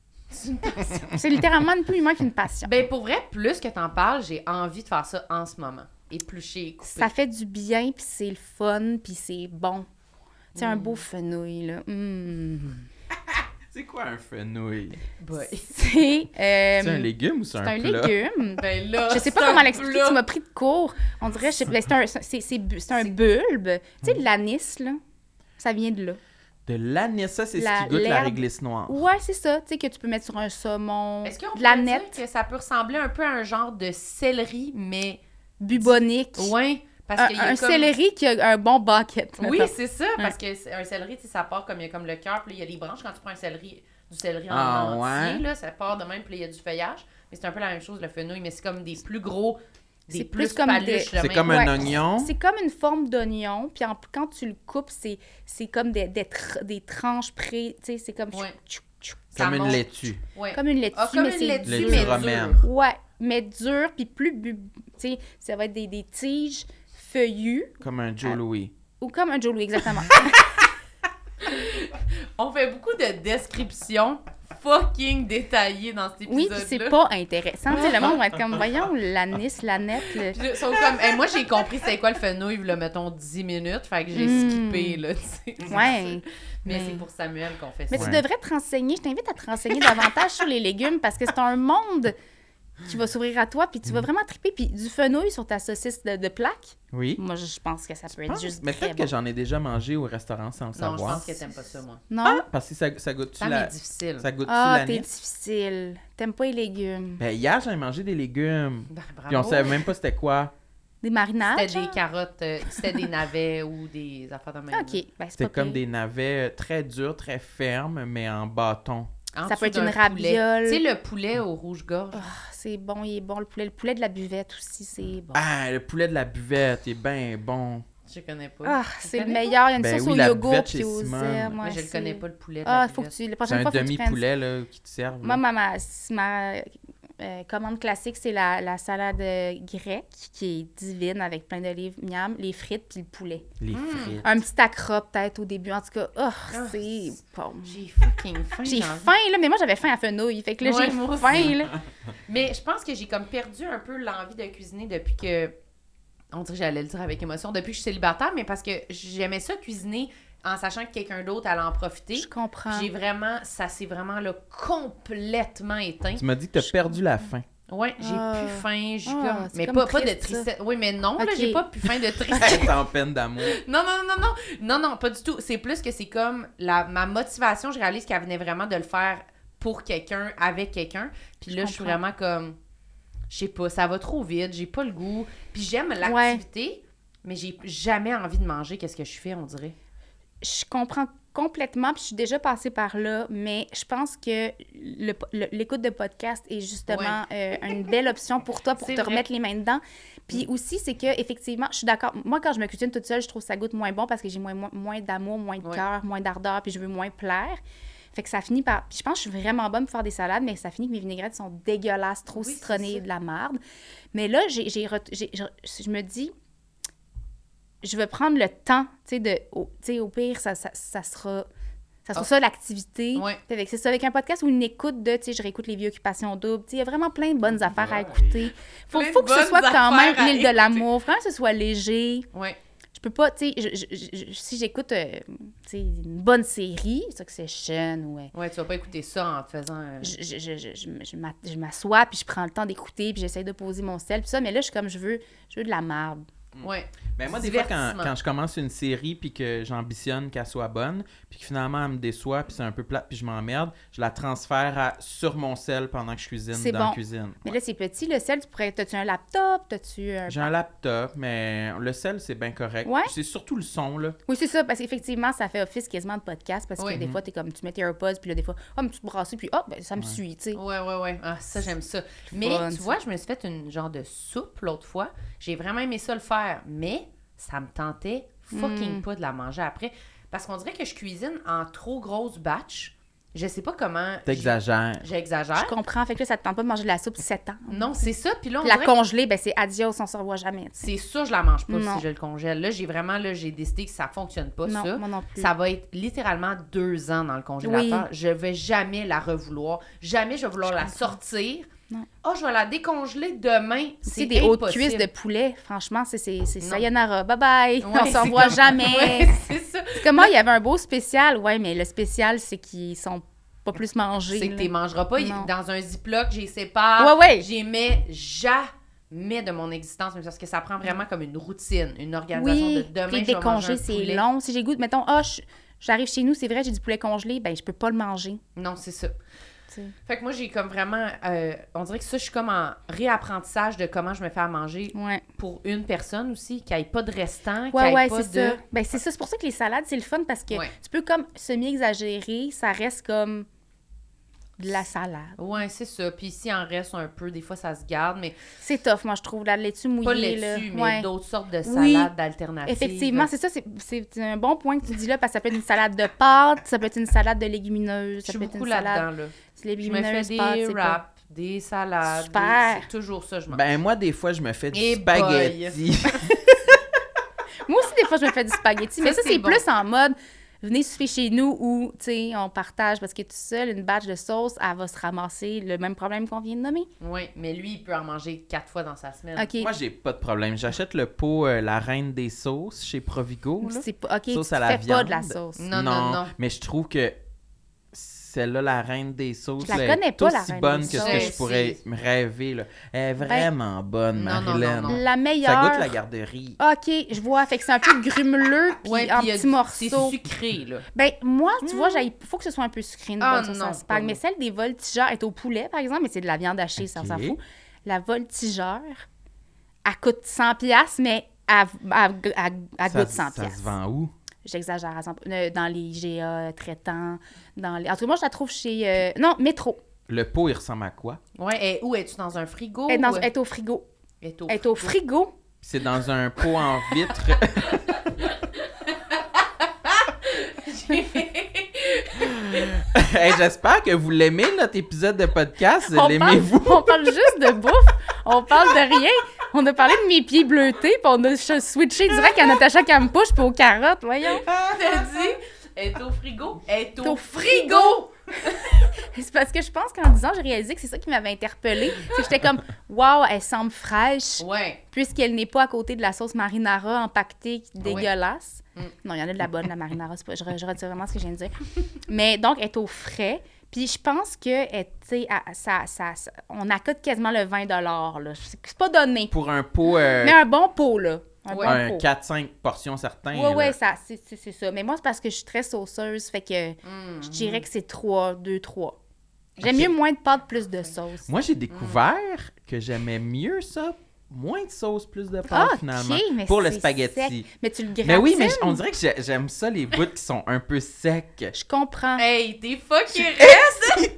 S4: C'est littéralement ni plus humain qu'une passion.
S3: Ben, pour vrai, plus que t'en parles, j'ai envie de faire ça en ce moment. Éplucher, couper.
S4: Ça fait du bien, puis c'est le fun, puis c'est bon. Tu sais, un beau fenouil, là.
S2: C'est quoi un fenouil?
S3: Ouais.
S4: C'est
S2: C'est un légume ou c'est un
S4: un
S2: plat?
S4: légume.
S3: Ben là,
S4: Je sais pas
S3: c'est
S4: comment
S3: un
S4: l'expliquer,
S3: plat.
S4: tu m'as pris de court. On dirait, ben, c'est un bulbe. Tu sais, de l'anis, là. Ça vient de là.
S2: De l'anis, ça, c'est ce
S4: La-
S2: qui goûte la
S4: l'herbe.
S2: réglisse noire.
S4: Ouais, c'est ça. Tu sais, que tu peux mettre sur un saumon.
S3: Est-ce qu'on
S4: de la
S3: peut dire
S4: nette,
S3: que ça peut ressembler un peu à un genre de céleri, mais...
S4: bubonique.
S3: Ouais, parce qu'il y a
S4: Un
S3: comme...
S4: céleri qui a un bon bucket.
S3: Oui,
S4: mettons.
S3: c'est ça, parce que c'est un céleri, tu sais, ça part comme, il y a comme le cœur, puis là, il y a les branches. Quand tu prends du céleri en
S2: Ah,
S3: entier,
S2: ouais?
S3: là, ça part de même, puis là, il y a du feuillage. Mais c'est un peu la même chose, le fenouil, mais c'est comme des plus gros, des
S4: C'est
S3: plus
S4: plus comme
S3: paluches.
S4: des-
S3: de
S2: C'est
S3: même.
S2: comme
S4: Ouais.
S2: un oignon.
S4: C'est comme une forme d'oignon, puis quand tu le coupes, c'est comme des tranches tu sais, c'est comme...
S3: Ouais.
S4: tchou,
S3: Ça
S2: Comme une
S3: monte.
S2: laitue.
S3: Ouais.
S4: comme une laitue,
S3: Ah, comme
S4: mais
S3: une
S4: c'est
S3: laitue,
S2: Laitue
S3: mais
S2: romaine.
S3: dure.
S4: Ouais, mais dur, puis plus... tu sais, ça va être des tiges feuillues,
S2: Comme un Joe Louis.
S4: ou comme un Joe Louis, exactement.
S3: On fait beaucoup de descriptions fucking détaillé dans cet
S4: Oui,
S3: épisode-là.
S4: puis c'est pas intéressant. Tu sais, le monde va être comme, voyons, l'anis, l'aneth.
S3: Puis là, ils sont comme, hey, moi, j'ai compris c'est quoi le fenouil, là, mettons, 10 minutes, fait que j'ai skippé, là, tu sais.
S4: Ouais.
S3: Mais c'est pour Samuel qu'on fait ça.
S4: Mais tu devrais te renseigner. Je t'invite à te renseigner davantage sur les légumes parce que c'est un monde qui va s'ouvrir à toi, puis tu vas vraiment triper. Puis du fenouil sur ta saucisse de plaque,
S2: Oui.
S4: moi, je pense que ça peut être juste
S2: Mais
S4: très
S2: peut-être
S4: bon.
S2: que j'en ai déjà mangé au restaurant sans le
S3: Non, je
S2: savoir.
S3: pense que t'aimes pas ça, moi.
S4: Non?
S2: Parce que ça goûte-tu
S3: Ça m'est difficile.
S2: Ça goûte-tu
S4: Ah, t'es
S2: l'anis?
S4: difficile. T'aimes pas les légumes.
S2: Ben, hier, j'avais mangé des légumes.
S3: Ben,
S2: Puis on
S3: bravo.
S2: savait même pas c'était quoi.
S4: Des marinades?
S3: C'était des carottes, c'était des navets ou des affaires de même.
S4: OK, ben c'est
S2: C'était
S4: pas
S2: comme
S4: pire.
S2: des navets très durs, très fermes, mais en bâton.
S3: En
S4: Ça
S3: dessous
S4: peut être
S3: d'un
S4: une
S3: poulet.
S4: rabiole.
S3: Tu sais, le poulet au rouge-gorge.
S4: Ah, c'est bon, il est bon. Le poulet de la buvette aussi, c'est bon.
S2: Ah, le poulet de la buvette est bien bon.
S3: Je connais pas.
S4: Ah,
S3: Tu
S4: c'est le
S3: connais pas?
S4: meilleur. Il y a une
S2: Ben
S4: sauce
S2: oui,
S4: au
S2: la
S4: yogourt
S2: buvette
S4: puis
S2: chez
S4: aux
S2: Simone.
S4: herbes.
S3: Moi,
S4: ouais,
S3: je le
S4: c'est-
S3: connais pas, le poulet de
S4: Ah,
S3: la
S4: faut que
S3: buvette.
S4: tu... La
S2: C'est
S4: prochaine
S2: un
S4: fois, faut que tu prennes
S2: demi-poulet là, qui te servent.
S4: Moi,
S2: là.
S4: ma commande classique, c'est la salade grecque qui est divine avec plein d'olives, miam, les frites puis le poulet.
S2: Les frites.
S4: Un petit accra peut-être au début. En tout cas, c'est bon.
S3: J'ai fucking faim.
S4: J'ai
S3: dans le-
S4: faim, là, mais moi, j'avais faim à fenouil. Fait que là,
S3: Ouais,
S4: j'ai
S3: moi
S4: faim,
S3: aussi.
S4: là.
S3: Mais je pense que j'ai comme perdu un peu l'envie de cuisiner depuis que... On dirait que j'allais le dire avec émotion. Depuis que je suis célibataire, mais parce que j'aimais ça cuisiner en sachant que quelqu'un d'autre allait en profiter.
S4: Je comprends.
S3: J'ai vraiment... Ça s'est vraiment là, complètement éteint.
S2: Tu m'as dit que t'as perdu la faim.
S3: Ouais, j'ai
S4: Ah.
S3: plus faim. J'ai
S4: Ah,
S3: comme...
S4: c'est
S3: Mais
S4: comme
S3: pas de
S4: triste, ça.
S3: tristesse. Oui, mais non, là,
S4: Ok.
S3: j'ai pas plus faim de tristesse.
S2: T'es en peine d'amour.
S3: Non, pas du tout. C'est plus que c'est comme ma motivation, je réalise qu'elle venait vraiment de le faire pour quelqu'un, avec quelqu'un. Puis là, je suis
S4: comprends.
S3: vraiment comme, je sais pas, ça va trop vite, j'ai pas le goût. Puis j'aime l'activité, mais j'ai jamais envie de manger qu'est-ce que je fais, on dirait.
S4: Je comprends complètement, puis je suis déjà passée par là, mais je pense que l'écoute de podcast est justement une belle option pour toi, pour
S3: C'est
S4: te
S3: vrai.
S4: remettre les mains dedans. Puis aussi, c'est que effectivement, je suis d'accord. Moi, quand je me cuisine toute seule, je trouve que ça goûte moins bon parce que j'ai moins d'amour, moins de
S3: Ouais.
S4: cœur, moins d'ardeur, puis je veux moins plaire. Fait que ça finit par... Puis je pense que je suis vraiment bonne pour faire des salades, mais ça finit que mes vinaigrettes sont dégueulasses, trop
S3: Oui, c'est
S4: citronnées,
S3: ça.
S4: de la merde. Mais là, je me dis... Je vais prendre le temps, tu sais, au pire, ça sera ça l'activité.
S3: Ouais.
S4: Fait que c'est ça, avec un podcast ou une écoute de, tu sais, je réécoute Les Vieux Occupations Doubles, tu sais, il y a vraiment plein de bonnes affaires à écouter. Faut
S3: Plein
S4: que
S3: de
S4: ce soit
S3: bonnes
S4: quand même
S3: affaires à
S4: l'île de
S3: écouter.
S4: l'amour, vraiment que ce soit léger.
S3: Ouais.
S4: Je peux pas, tu sais, si j'écoute, tu sais, une bonne série, Succession ou...
S3: Ouais, tu vas pas écouter ça en te faisant...
S4: je m'assois, puis je prends le temps d'écouter, puis j'essaie de poser mon sel, puis ça, mais là, je suis comme, je veux de la marde.
S3: Ouais.
S2: Ben moi, des fois,
S3: Divertissement.
S2: quand je commence une série puis que j'ambitionne qu'elle soit bonne, puis que finalement, elle me déçoit, puis c'est un peu plate, puis je m'emmerde, je la transfère sur mon sel pendant que je cuisine
S4: C'est
S2: dans
S4: bon.
S2: la cuisine.
S4: Mais là, c'est petit, le sel, t'as-tu un laptop, t'as-tu un...
S2: J'ai un laptop, mais le sel, c'est bien correct.
S4: Ouais.
S2: C'est surtout le son, là.
S4: Oui, c'est ça, parce qu'effectivement, ça fait office quasiment de podcast, parce
S3: Oui.
S4: que des fois, t'es comme, tu mets tes AirPods, puis là, des fois, mais tu te brasses, puis ben, ça me suit, tu sais.
S3: Ouais. Ah, ça, j'aime ça. Mais
S4: Fun,
S3: tu
S4: ça.
S3: vois, je me suis fait une genre de soupe l'autre fois. J'ai vraiment aimé ça le faire, mais ça me tentait fucking pas de la manger après. Parce qu'on dirait que je cuisine en trop grosse batch. Je sais pas comment...
S2: T'exagères.
S3: J'exagère.
S4: Je comprends, fait que là, ça te tente pas de manger de la soupe 7 ans.
S3: Non, c'est ça. Puis là, on
S4: La
S3: dirait que
S4: congeler, ben c'est adios, on se revoit jamais, tu sais.
S3: c'est sûr, je la mange pas
S4: Non.
S3: si je le congèle. Là, j'ai décidé que ça fonctionne pas,
S4: Non,
S3: ça.
S4: moi non plus.
S3: Ça va être littéralement 2 ans dans le congélateur.
S4: Oui.
S3: Je vais jamais la revouloir. Jamais je vais vouloir la
S4: comprends.
S3: sortir.
S4: Non.
S3: Oh, je vais la décongeler demain.
S4: Tu
S3: C'est
S4: sais, des hautes
S3: impossible.
S4: cuisses de poulet, franchement, c'est
S3: Non.
S4: sayonara, bye-bye,
S3: Ouais,
S4: on se
S3: c'est
S4: revoit
S3: comme-
S4: jamais.
S3: Ouais, c'est ça.
S4: C'est comme moi, il y avait un beau spécial, ouais, mais le spécial, c'est qu'ils sont pas plus mangés.
S3: C'est que
S4: là.
S3: tu les mangeras pas.
S4: Non.
S3: Dans un Ziploc, j'y sépare.
S4: Ouais.
S3: J'y mets jamais de mon existence, mais parce que ça prend vraiment comme une routine, une organisation de
S4: Oui,
S3: demain,
S4: puis
S3: je vais manger
S4: décongeler,
S3: un
S4: c'est
S3: poulet.
S4: long. Si j'ai goût, mettons, j'arrive chez nous, c'est vrai, j'ai du poulet congelé, ben je peux pas le manger.
S3: Non, c'est ça.
S4: tu sais.
S3: Fait que moi, j'ai comme vraiment... on dirait que ça, je suis comme en réapprentissage de comment je me fais à manger
S4: Ouais.
S3: pour une personne aussi, qui n'ait pas de restant, qui
S4: Ouais,
S3: ait pas
S4: c'est
S3: de...
S4: ça. Ben, c'est ça. C'est pour ça que les salades, c'est le fun parce que
S3: Ouais.
S4: tu peux comme semi-exagérer, ça reste comme de la salade.
S3: Ouais, c'est ça. Puis s'il en reste un peu, des fois, ça se garde, mais
S4: C'est tough, moi, je trouve, la laitue mouillée.
S3: pas
S4: là.
S3: laitue, mais
S4: Ouais.
S3: d'autres sortes de
S4: Oui,
S3: salades d'alternatives.
S4: Effectivement, c'est ça. C'est un bon point que tu dis là, parce que ça peut être une salade de pâtes, ça peut être une salade de légumineuses,
S3: Je
S4: ça
S3: suis
S4: peut être
S3: beaucoup
S4: une salade
S3: là-dedans, là. Je me fais
S4: légumineuse,
S3: des
S4: pâtes, c'est pas...
S3: wraps, des salades.
S4: Super.
S3: C'est toujours ça, je mange.
S2: Ben, moi, des fois, je me fais du
S3: Eh
S2: spaghetti.
S4: Moi aussi, des fois, je me fais du spaghetti, mais
S3: Ça,
S4: ça, c'est
S3: bon.
S4: plus en mode venez souper chez nous ou, tu sais, on partage parce que tout seul, une batch de sauce, elle va se ramasser le même problème qu'on vient de nommer.
S3: Oui, mais lui, il peut en manger 4 fois dans sa semaine.
S4: OK.
S2: Moi, j'ai pas de problème. J'achète le pot La Reine des sauces chez Provigo. Là.
S4: C'est pas... OK,
S2: Sauce
S4: tu
S2: à la
S4: fais pas
S2: viande.
S4: de la sauce.
S3: Non.
S2: Mais je trouve que celle-là, la Reine des sauces,
S4: Je la
S2: là,
S4: connais
S2: est
S4: pas, la
S2: aussi
S4: Reine
S2: bonne
S4: des
S2: que ce
S3: sauces.
S2: que je pourrais me rêver. Là. Elle est vraiment bonne,
S3: non,
S2: Marilyn.
S3: non.
S4: La meilleure...
S2: Ça goûte la garderie.
S4: OK, je vois. Fait que c'est un peu grumeleux puis
S3: Ouais,
S4: en
S3: puis il y a
S4: petits morceaux.
S3: C'est sucré, là.
S4: Ben, moi, tu vois, il faut que ce soit un peu sucré, une
S3: Ah,
S4: bonne sauce
S3: non,
S4: à
S3: pas
S4: spag. Mais
S3: moi.
S4: celle des voltigeurs est au poulet, par exemple, mais c'est de la viande hachée, ça, on s'en
S2: Ok.
S4: fout. La voltigeur, elle coûte 100$, mais elle goûte 100$.
S2: Ça se vend où?
S4: J'exagère à 100$. Dans les IGA traitants, dans les... En tout cas, moi, je la trouve chez... Non, Métro.
S2: Le pot, il ressemble à quoi?
S3: Ouais, et où es-tu dans un frigo?
S4: Elle
S3: ou-
S4: est au frigo.
S3: Elle est au
S4: Elle est au frigo.
S2: C'est dans un pot en vitre. Hey, j'espère que vous l'aimez, notre épisode de podcast. L'aimez-vous?
S4: On parle juste de bouffe. On parle de rien. On a parlé de mes pieds bleutés, puis on a switché direct à Natacha Campouche puis aux carottes, voyons.
S3: T'as dit? Elle est au frigo? Elle est
S4: au
S3: au frigo!
S4: C'est parce que je pense qu'en disant, j'ai réalisé que c'est ça qui m'avait interpellée. C'est que j'étais comme, waouh, elle semble fraîche,
S3: Ouais.
S4: puisqu'elle n'est pas à côté de la sauce marinara empaquetée dégueulasse.
S3: Mm.
S4: Non, il y en a de la bonne, la marinara. C'est pas, je retire vraiment ce que je viens de dire. Mais donc, elle est au frais. Puis je pense que, tu sais, on accote quasiment le 20$. Là. C'est pas donné.
S2: Pour un pot,
S4: Mais un bon pot, là. Un
S3: Ouais.
S4: bon
S2: un
S4: pot.
S2: 4-5 portions certains.
S4: Ouais,
S2: là.
S4: ouais, c'est ça. Mais moi, c'est parce que je suis très sauceuse, fait que je dirais que c'est 2-3. J'aime
S2: Ok.
S4: mieux moins de pâtes, plus de sauce.
S2: Moi, j'ai découvert que j'aimais mieux ça. Moins de sauce, plus de pâte,
S4: Ah,
S2: finalement.
S4: ok, mais
S2: pour le
S4: c'est
S2: spaghetti.
S4: sec. Mais tu le gratines.
S2: Mais oui, mais on dirait que j'aime ça, les bouts qui sont un peu secs.
S4: Je comprends.
S3: Hey, t'es fucking reste!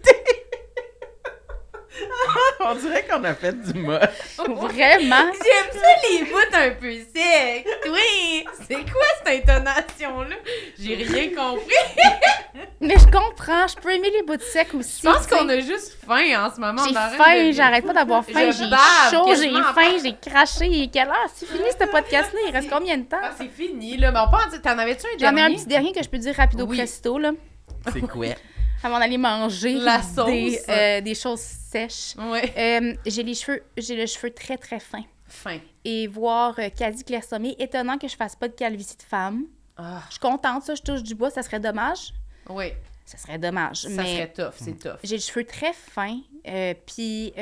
S2: On dirait qu'on a fait du moche.
S4: Vraiment.
S3: J'aime ça les bouts un peu secs. Oui! C'est quoi cette intonation-là? J'ai rien compris.
S4: Mais je comprends. Je peux aimer les bouts de sec aussi.
S3: Je pense
S4: tu sais.
S3: qu'on a juste faim en ce moment.
S4: J'ai
S3: on arrête
S4: faim,
S3: de-
S4: j'arrête pas d'avoir faim,
S3: Je
S4: j'ai
S3: bave
S4: chaud, j'ai
S3: quasiment en
S4: faim, j'ai craché. Il est quelle heure? C'est fini ce podcast-là? Il reste combien de temps?
S3: Ah, c'est fini, là. Mais on peut en dire... T'en avais-tu un
S4: J'en ai
S3: dernier?
S4: un petit dernier que je peux dire rapido
S3: Oui.
S4: presto, là,
S2: C'est quoi?
S4: avant d'aller manger
S3: La sauce.
S4: des choses sèches.
S3: Ouais.
S4: J'ai le cheveu très, très fin.
S3: Fin.
S4: Et voir quasi clairsemé, étonnant que je fasse pas de calvitie de femme.
S3: Ah,
S4: Je suis contente, ça, je touche du bois, ça serait dommage.
S3: oui.
S4: Ça serait dommage,
S3: Ça
S4: mais
S3: serait tough, c'est tough.
S4: j'ai les cheveux très fins, puis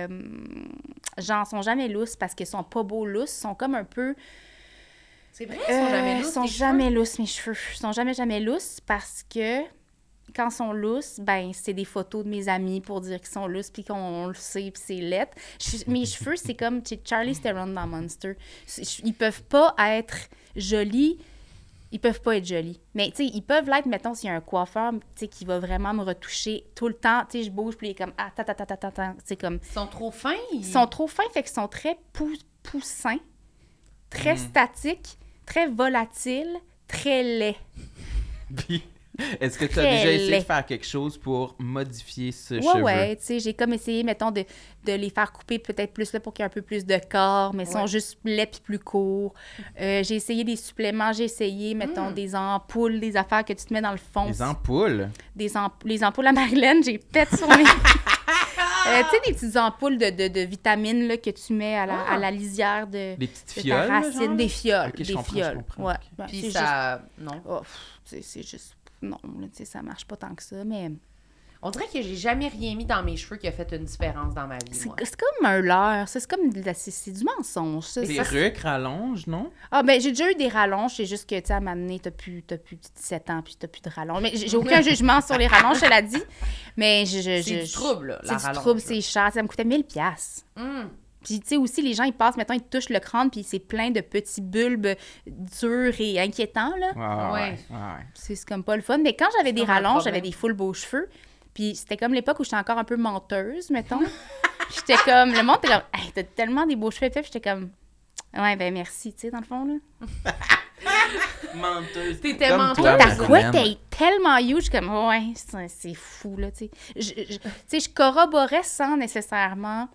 S4: j'en sont jamais lousses parce qu'ils sont pas beaux lousses, ils sont comme un peu...
S3: C'est vrai, ils sont jamais lousses,
S4: Ils sont
S3: tes
S4: jamais lousses, mes cheveux. Ils sont jamais lousses parce que quand ils sont lousses, ben c'est des photos de mes amis pour dire qu'ils sont lousses, puis qu'on le sait, puis c'est lettre. Mes cheveux, c'est comme Charlize Theron dans Monster. Ils peuvent pas être jolis. Ils peuvent pas être jolis. Mais, tu sais, ils peuvent l'être, mettons, s'il y a un coiffeur, tu sais, qui va vraiment me retoucher tout le temps. Tu sais, je bouge, puis il est comme, ah, c'est comme...
S3: Ils sont trop fins.
S4: Ils sont trop fins, fait qu'ils sont très poussins, très statiques, très volatiles, très laids.
S2: Puis, est-ce que tu as
S4: Très
S2: déjà essayé
S4: laid.
S2: de faire quelque chose pour modifier ce
S4: Ouais,
S2: cheveu?
S4: ouais, tu sais, j'ai comme essayé, mettons, de les faire couper peut-être plus là pour qu'il y ait un peu plus de corps, mais ils sont
S3: Ouais.
S4: juste laids puis plus courts. J'ai essayé des suppléments, j'ai essayé, mettons, des ampoules, des affaires que tu te mets dans le fond.
S2: Les ampoules?
S4: Les ampoules à Marilyn, j'ai pète sur mes... tu sais, des petites ampoules de vitamines là, que tu mets à la lisière de
S2: Des petites
S4: ta
S2: fioles?
S4: racine,
S2: genre?
S4: des fioles.
S2: Ok, je
S4: des
S2: comprends, je
S4: fioles.
S2: comprends,
S4: Ouais.
S2: ok.
S4: Ben,
S3: Puis
S4: c'est
S3: ça... Non.
S4: juste... oh, tu sais, c'est juste... Non, là, tu sais, ça marche pas tant que ça, mais...
S3: On dirait que j'ai jamais rien mis dans mes cheveux qui a fait une différence dans ma vie,
S4: C'est
S3: moi.
S4: c'est comme un leurre, ça, c'est comme c'est du mensonge. Ça.
S2: Des
S4: Ça,
S2: rucs rallonges, non?
S4: Ah, ben, j'ai déjà eu des rallonges, c'est juste que, tu sais, à un moment donné, t'as plus 17 ans, puis t'as plus de rallonges. Mais j'ai aucun jugement sur les rallonges, je te l'ai dit. Mais
S3: C'est du trouble, là, la
S4: C'est du
S3: rallonge,
S4: trouble,
S3: là.
S4: c'est cher. Ça me coûtait 1000$.
S3: Hum.
S4: Puis, tu sais, aussi, les gens, ils passent, mettons, ils te touchent le crâne, puis c'est plein de petits bulbes durs et inquiétants, là.
S2: Ouais.
S4: C'est comme pas le fun. Mais quand j'avais des
S3: comme un
S4: rallonges,
S3: problème.
S4: j'avais des full beaux cheveux. Puis c'était comme l'époque où j'étais encore un peu menteuse, mettons. J'étais comme... Le monde était comme... Hey, t'as tellement des beaux cheveux épais. Puis j'étais comme... Ouais, ben merci, tu sais, dans le fond, là.
S2: Menteuse.
S3: T'étais
S2: Comme
S3: menteuse.
S2: toi,
S4: Ta
S2: Marilyn.
S4: couette est tellement huge, comme... Ouais, c'est fou, là, tu sais. Tu sais, je corroborais sans nécessairement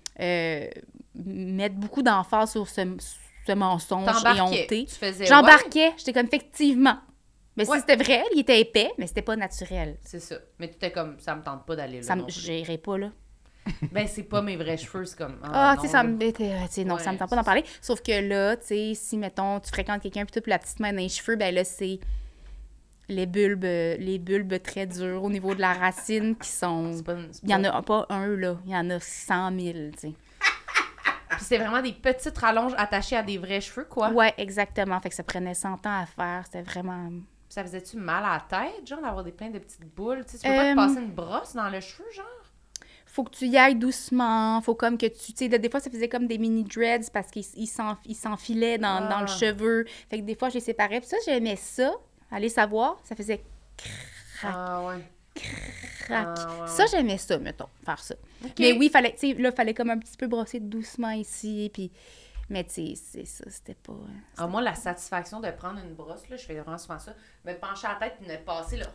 S4: mettre beaucoup d'emphase sur ce mensonge
S3: T'embarquais.
S4: éhonté.
S3: Tu faisais...
S4: J'embarquais. J'étais comme, effectivement. Mais si c'était vrai, il était épais, mais c'était pas naturel.
S3: C'est ça. Mais tu étais comme, ça me tente pas d'aller là.
S4: Ça
S3: non plus.
S4: j'irais pas là.
S3: Ben, c'est pas mes vrais cheveux, c'est comme.
S4: Ah, tu sais, ça
S3: non,
S4: me... non,
S3: Ouais,
S4: ça me tente pas d'en parler. Sauf que là, tu sais, si, mettons, tu fréquentes quelqu'un puis la petite main dans les cheveux, ben là, c'est les bulbes très durs au niveau de la racine qui sont...
S3: c'est pas,
S4: Il y en a pas un, là. Il y en a 100 000, tu sais.
S3: Puis c'est vraiment des petites rallonges attachées à des vrais cheveux, quoi.
S4: Ouais, exactement. Fait que ça prenait 100 ans à faire. C'était vraiment...
S3: Ça faisait-tu mal à la tête, genre, d'avoir plein de petites boules? Tu sais, tu peux pas te passer une brosse dans le cheveu, genre?
S4: Faut que tu y ailles doucement. Faut comme que tu... Tu sais, des fois, ça faisait comme des mini dreads parce qu'ils s'enfilaient dans le cheveu. Fait que des fois, je les séparais. Puis ça, j'aimais ça. Allez savoir, ça faisait crac,
S3: Ah, ouais.
S4: crac.
S3: Ah, ouais,
S4: Ça, j'aimais ça, mettons, faire ça.
S3: OK.
S4: Mais oui, fallait comme un petit peu brosser doucement ici, puis... Mais tu sais, c'est ça, c'était pas...
S3: Ah, moi, la satisfaction de prendre une brosse, là, je fais vraiment souvent ça, me pencher la tête et me passer, là.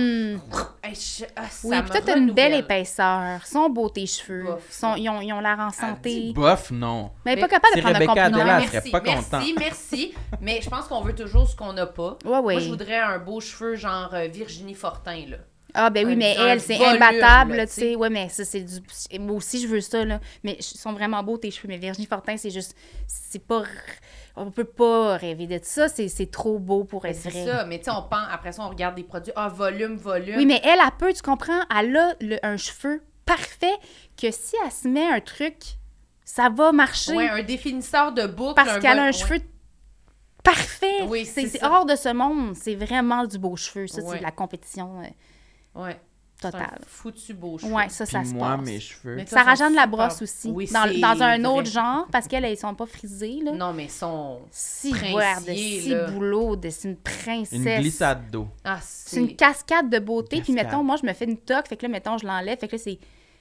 S3: Hey, ça
S4: Oui,
S3: me
S4: puis toi, t'as une belle
S3: renouvelle.
S4: épaisseur. Ils sont beaux, tes cheveux.
S3: Bof.
S4: Ils ont l'air en
S2: Elle dit
S4: santé.
S2: bof, non.
S4: Mais elle est pas capable de
S2: c'est
S4: prendre un
S2: Rebecca
S4: compliment.
S2: Adela, elle
S3: Merci,
S2: serait pas contente.
S3: merci. Mais je pense qu'on veut toujours ce qu'on n'a pas.
S4: Ouais, ouais.
S3: Moi, je voudrais un beau cheveu genre Virginie Fortin, là.
S4: Ah, ben oui, mais
S3: un
S4: elle, c'est
S3: volume,
S4: imbattable,
S3: là,
S4: tu sais. Ouais, mais ça, c'est du... Moi aussi, je veux ça, là. Mais ils sont vraiment beaux, tes cheveux. Mais Virginie Fortin, c'est juste... C'est pas... On peut pas rêver de ça. C'est trop beau pour être
S3: C'est
S4: vrai.
S3: ça, mais tu sais, on pense, après ça, on regarde des produits. Ah, volume.
S4: Oui, mais elle peut, tu comprends? Elle a un cheveu parfait que si elle se met un truc, ça va marcher.
S3: Ouais, un définisseur de boucle.
S4: Parce qu'elle a un cheveu parfait.
S3: Oui, c'est
S4: c'est
S3: ça.
S4: hors de ce monde. C'est vraiment du beau cheveu. Ça,
S3: Ouais.
S4: c'est de la compétition
S3: Ouais. C'est un
S4: totale.
S3: foutu beau cheveu.
S4: Ouais, ça
S2: Puis
S4: se
S2: moi,
S4: passe.
S2: mes cheveux.
S3: Mais
S4: Sarah
S3: sont
S4: Jeanne
S3: super-
S4: Labrosse aussi.
S3: Oui,
S4: dans
S3: c'est
S4: un
S3: vrai.
S4: autre genre, parce qu'elles, elles sont pas frisées, là.
S3: Non, mais son...
S4: Si
S3: princier,
S4: regarde, si
S3: là.
S4: boulot, c'est une princesse.
S2: Une glissade d'eau.
S3: Ah,
S4: C'est une cascade de beauté.
S2: Une
S4: Puis,
S2: cascade.
S4: mettons, moi, je me fais une toque. Fait que là, mettons, je l'enlève. Fait que là, c'est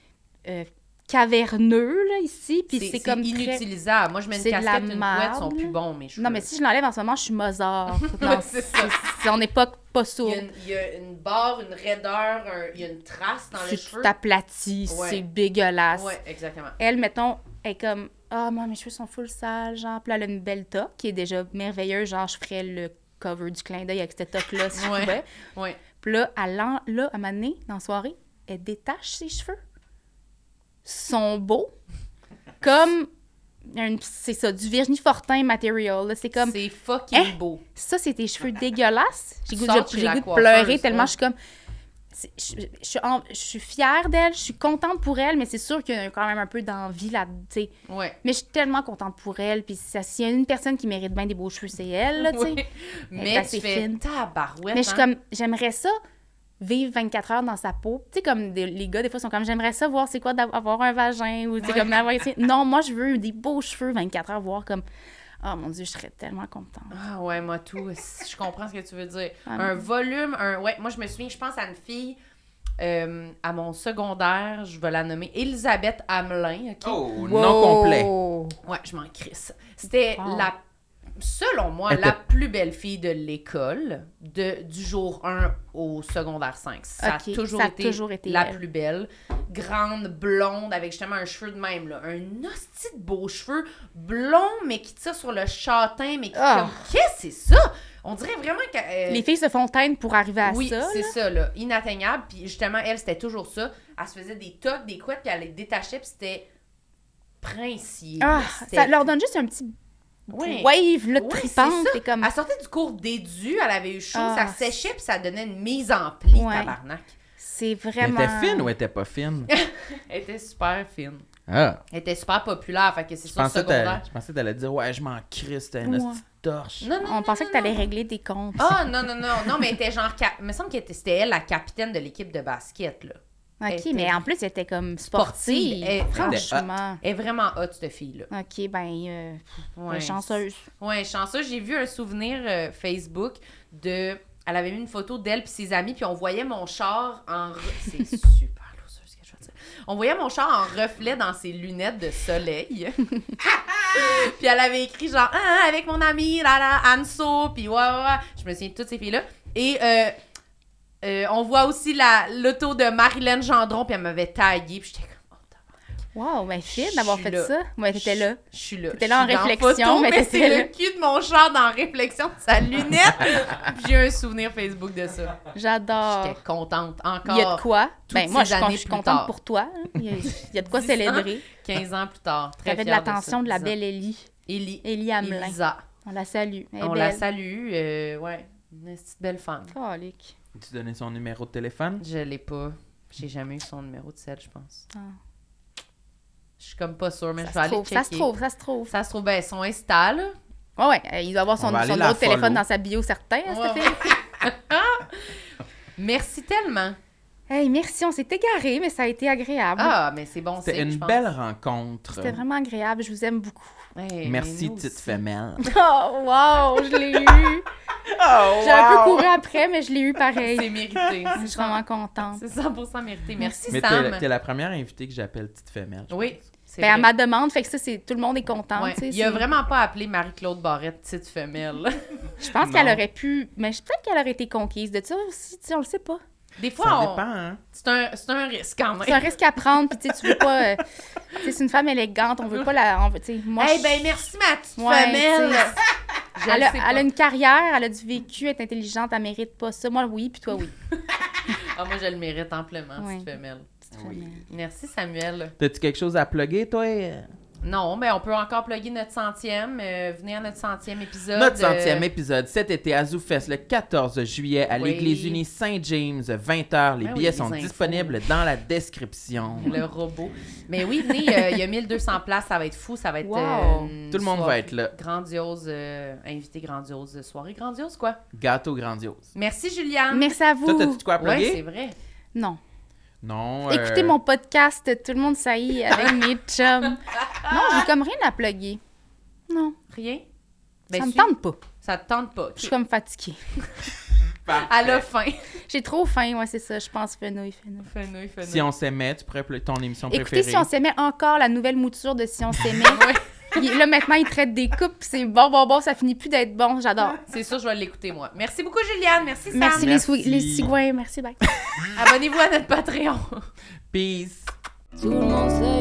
S4: caverneux, là, ici. Puis c'est comme très...
S3: inutilisable. Moi, je mets une
S4: c'est de la
S3: casquette, une couette,
S4: marde,
S3: sont plus
S4: là.
S3: bons, mes cheveux.
S4: Non, mais si je l'enlève en ce moment, je suis Mozart. Non,
S3: C'est ça.
S4: c'est en époque pas
S3: Il
S4: sourde.
S3: y a une barre, une raideur, il y a une trace dans les
S4: C'est
S3: cheveux.
S4: tout aplati,
S3: Ouais.
S4: c'est dégueulasse.
S3: Ouais, exactement.
S4: Elle, mettons, elle est comme « Ah, moi, mes cheveux sont full sales, genre. » Puis là, elle a une belle toque qui est déjà merveilleuse. Genre, je ferais le cover du clin d'œil avec cette toque-là si je
S3: Ouais.
S4: pouvais.
S3: Ouais.
S4: Puis là, à un moment donné, dans la soirée, elle détache ses cheveux. Sont beaux. Comme, c'est ça, du Virginie Fortin material. Là. C'est comme,
S3: C'est fucking beau.
S4: ça, c'est tes cheveux dégueulasses. J'ai goût
S3: Sors
S4: de
S3: chez la
S4: pleurer
S3: coiffeuse,
S4: tellement
S3: ouais.
S4: je suis comme... Je suis fière d'elle, je suis contente pour elle, mais c'est sûr qu'il y a quand même un peu d'envie là, tu sais.
S3: Ouais.
S4: Mais je suis tellement contente pour elle, puis s'il y a une personne qui mérite bien des beaux cheveux, c'est elle, là, tu sais.
S3: Ouais.
S4: Elle est
S3: Mais
S4: assez
S3: tu fais
S4: fine.
S3: tabarouette,
S4: Mais je suis
S3: hein?
S4: comme, j'aimerais ça vivre 24 heures dans sa peau. Tu sais, comme les gars, des fois, sont comme, j'aimerais ça voir c'est quoi d'avoir un vagin, ou tu sais, comme d'avoir... Non, moi, je veux des beaux cheveux 24 heures, voir comme... Oh mon Dieu, je serais tellement contente.
S3: Ah ouais, moi tout. Je comprends ce que tu veux dire.
S4: Ah,
S3: Un volume, ouais, moi je me souviens, je pense à une fille à mon secondaire, je vais la nommer Elisabeth Hamelin, OK?
S2: Oh, non complet.
S3: Ouais, je m'en crisse. C'était
S4: Wow.
S3: selon moi,
S2: Elle
S3: la
S2: était-
S3: plus belle fille de l'école, du jour 1 au secondaire 5. Ça
S4: Ok,
S3: a toujours
S4: ça a
S3: été,
S4: toujours été
S3: la
S4: elle.
S3: plus belle. Grande, blonde, avec justement un cheveu de même, là. Un hostie de beau cheveux, blond, mais qui tire sur le châtain, mais qui
S4: Ah.
S3: comme... Qu'est-ce que c'est ça? On dirait vraiment que...
S4: Les filles se font teindre pour arriver à
S3: oui,
S4: ça.
S3: c'est
S4: là.
S3: ça, là. Inatteignable. Puis justement, elle, c'était toujours ça. Elle se faisait des toques, des couettes, puis elle les détachait, puis c'était princier.
S4: Ah,
S3: là. C'était-
S4: ça leur donne juste un petit
S3: Ouais.
S4: wave, là,
S3: Oui,
S4: tripante.
S3: c'est ça.
S4: C'est comme...
S3: Elle sortait du cours d'édu, elle avait eu chaud,
S4: Ah,
S3: ça séchait, puis ça donnait une mise en pli,
S4: Ouais.
S3: tabarnak.
S4: C'est
S2: Elle
S4: vraiment...
S2: était fine ou elle était pas fine?
S3: Elle était super fine.
S2: Ah.
S3: Elle était super populaire, fait que c'est
S2: Je
S3: sur le
S2: pensais
S3: secondaire.
S2: que t'allais dire, ouais, je m'en crisse, c'était une
S4: Ouais.
S2: petite torche.
S3: Non, non,
S4: On pensait que t'allais régler tes comptes.
S3: Ah, non, mais elle était genre... Il me semble que c'était elle, la capitaine de l'équipe de basket, là.
S4: OK,
S3: était-
S4: mais en plus, elle était comme
S3: Sportive.
S4: sportive.
S3: Elle-
S4: Franchement.
S3: Elle est vraiment hot, cette fille-là.
S4: OK,
S3: Ouais.
S4: chanceuse.
S3: Ouais, chanceuse. J'ai vu un souvenir Facebook de... Elle avait mis une photo d'elle puis ses amis, puis on voyait mon char en... C'est super loser, ce que je veux dire. On voyait mon char en reflet dans ses lunettes de soleil. Puis elle avait écrit genre « avec mon ami, Anso », puis ouais. Je me souviens de toutes ces filles-là. Et on voit aussi l'auto de Marilyn Gendron, puis elle m'avait tagué, puis j'étais comme « Oh, tabarnak.
S4: Wow, ben fine d'avoir
S3: Je
S4: fait
S3: suis là.
S4: ça. Ouais, t'étais là.
S3: Je suis là.
S4: T'étais là en
S3: Je suis dans
S4: réflexion,
S3: photo,
S4: mais
S3: mais
S4: t'étais
S3: c'est
S4: là.
S3: le cul de mon char dans réflexion de sa lunette. Puis j'ai un souvenir Facebook de ça.
S4: J'adore.
S3: J'étais contente. Encore
S4: Il y a de quoi? Ben, moi,
S3: ces
S4: je
S3: années
S4: suis
S3: plus
S4: contente
S3: tard.
S4: pour toi. hein. Il y a de quoi
S3: 10 ans.
S4: célébrer.
S3: 15 ans plus tard. Très
S4: T'avais de
S3: fière
S4: l'attention
S3: ça,
S4: de la
S3: 10 ans.
S4: belle Ellie.
S3: Élie
S4: Hamelin.
S3: Elisa.
S4: On la salue. Elle est
S3: On la
S4: belle.
S3: salue. Ouais. Une petite belle femme.
S4: Calique.
S2: Tu donnais son numéro de téléphone?
S3: Je l'ai pas. J'ai jamais eu son numéro de cell, je pense.
S4: Ah.
S3: Je suis comme pas sûre, mais je vais
S4: Ça se
S3: aller
S4: trouve,
S3: checker.
S4: ça se trouve.
S3: Ça se trouve, ben, son Insta, là.
S4: Ouais, il doit avoir son
S2: On va aller
S4: numéro
S2: la
S4: de téléphone
S2: follow.
S4: dans sa bio, certain, hein, cette
S3: Ouais,
S4: fille.
S3: Merci tellement.
S4: Hey, merci, on s'est égaré, mais ça a été agréable.
S3: Ah, mais c'est bon,
S2: C'était
S3: c'est
S2: une
S3: je pense.
S2: belle rencontre.
S4: C'était vraiment agréable, je vous aime beaucoup.
S3: Hey,
S2: Merci,
S3: mais nous
S2: petite
S3: aussi.
S2: femelle.
S4: Oh, wow, je l'ai eu. J'ai un peu couru après, mais je l'ai eu pareil.
S3: C'est mérité.
S4: Je suis vraiment contente.
S3: C'est 100% mérité. Merci,
S2: Mais
S3: Sam.
S2: t'es la première invitée que j'appelle petite femelle. je
S3: Oui,
S2: pense.
S3: c'est
S4: Ben, à
S3: vrai.
S4: ma demande, fait que ça, c'est tout le monde est content.
S3: Ouais.
S4: tu sais,
S3: Il a
S4: c'est-
S3: vraiment pas appelé Marie-Claude Barrette petite femelle.
S4: Je pense
S2: Non.
S4: qu'elle aurait pu, mais peut-être qu'elle aurait été conquise de ça aussi, tu sais, on le sait pas.
S3: Des fois,
S2: Ça dépend, hein?
S3: c'est un risque quand
S4: C'est un
S3: même.
S4: risque à prendre, puis tu sais, tu veux pas. Tu sais, c'est une femme élégante, on veut pas la. Tu sais, moi.
S3: Eh
S4: je-
S3: ben, merci, ma petite
S4: Ouais,
S3: femelle.
S4: tu sais,
S3: Je
S4: Elle
S3: le
S4: a,
S3: sais
S4: elle a
S3: pas.
S4: une carrière, elle a du vécu, elle est intelligente, elle mérite pas ça. Moi, oui, puis toi, oui.
S3: Ah, moi, je le mérite amplement,
S4: Ouais.
S3: petite femelle.
S2: Oui.
S3: Merci, Samuel.
S2: T'as-tu quelque chose à plugger, toi?
S3: Non, mais on peut encore plugger notre 100e. Venir à notre 100e épisode.
S2: Notre 100e épisode cet été à ZooFest le 14 juillet à
S3: Oui.
S2: l'Église unie Saint-James, 20h. Les
S3: Ben oui,
S2: billets
S3: les
S2: sont
S3: infos.
S2: disponibles dans la description.
S3: Le robot. Mais oui, venez, il y a 1200 places, ça va être fou, ça va être...
S4: Wow.
S3: une
S2: Tout le monde va
S3: soirée
S2: être là.
S3: Grandiose, invité grandiose, soirée grandiose, quoi.
S2: Gâteau grandiose.
S3: Merci, Juliane.
S4: Merci à vous.
S2: Toi, t'as-tu de quoi à
S3: Ouais,
S2: plugger?
S3: c'est vrai.
S4: Non.
S2: Non.
S4: Écoutez mon podcast, tout le monde saillit avec mes chums. Non, j'ai comme rien à plugger. Non,
S3: Rien? Ben,
S4: ça me
S3: si.
S4: tente pas.
S3: Ça te tente pas.
S4: Je suis comme fatiguée.
S3: Elle a faim.
S4: J'ai trop faim, ouais, c'est ça. Je pense fenouil.
S3: Fenouil.
S2: Si on s'aimait, tu pourrais plugger ton émission
S4: Écoutez,
S2: préférée.
S4: si on s'aimait encore, la nouvelle mouture de Si on s'aimait. Là, maintenant, il traite des coupes, puis c'est bon, ça finit plus d'être bon. J'adore.
S3: C'est sûr, je vais l'écouter, moi. Merci beaucoup, Juliane. Merci, Sam.
S4: Merci,
S2: Merci.
S4: les cigouins. Merci, bye.
S3: Abonnez-vous à notre Patreon.
S2: Peace.
S1: Tout le monde sait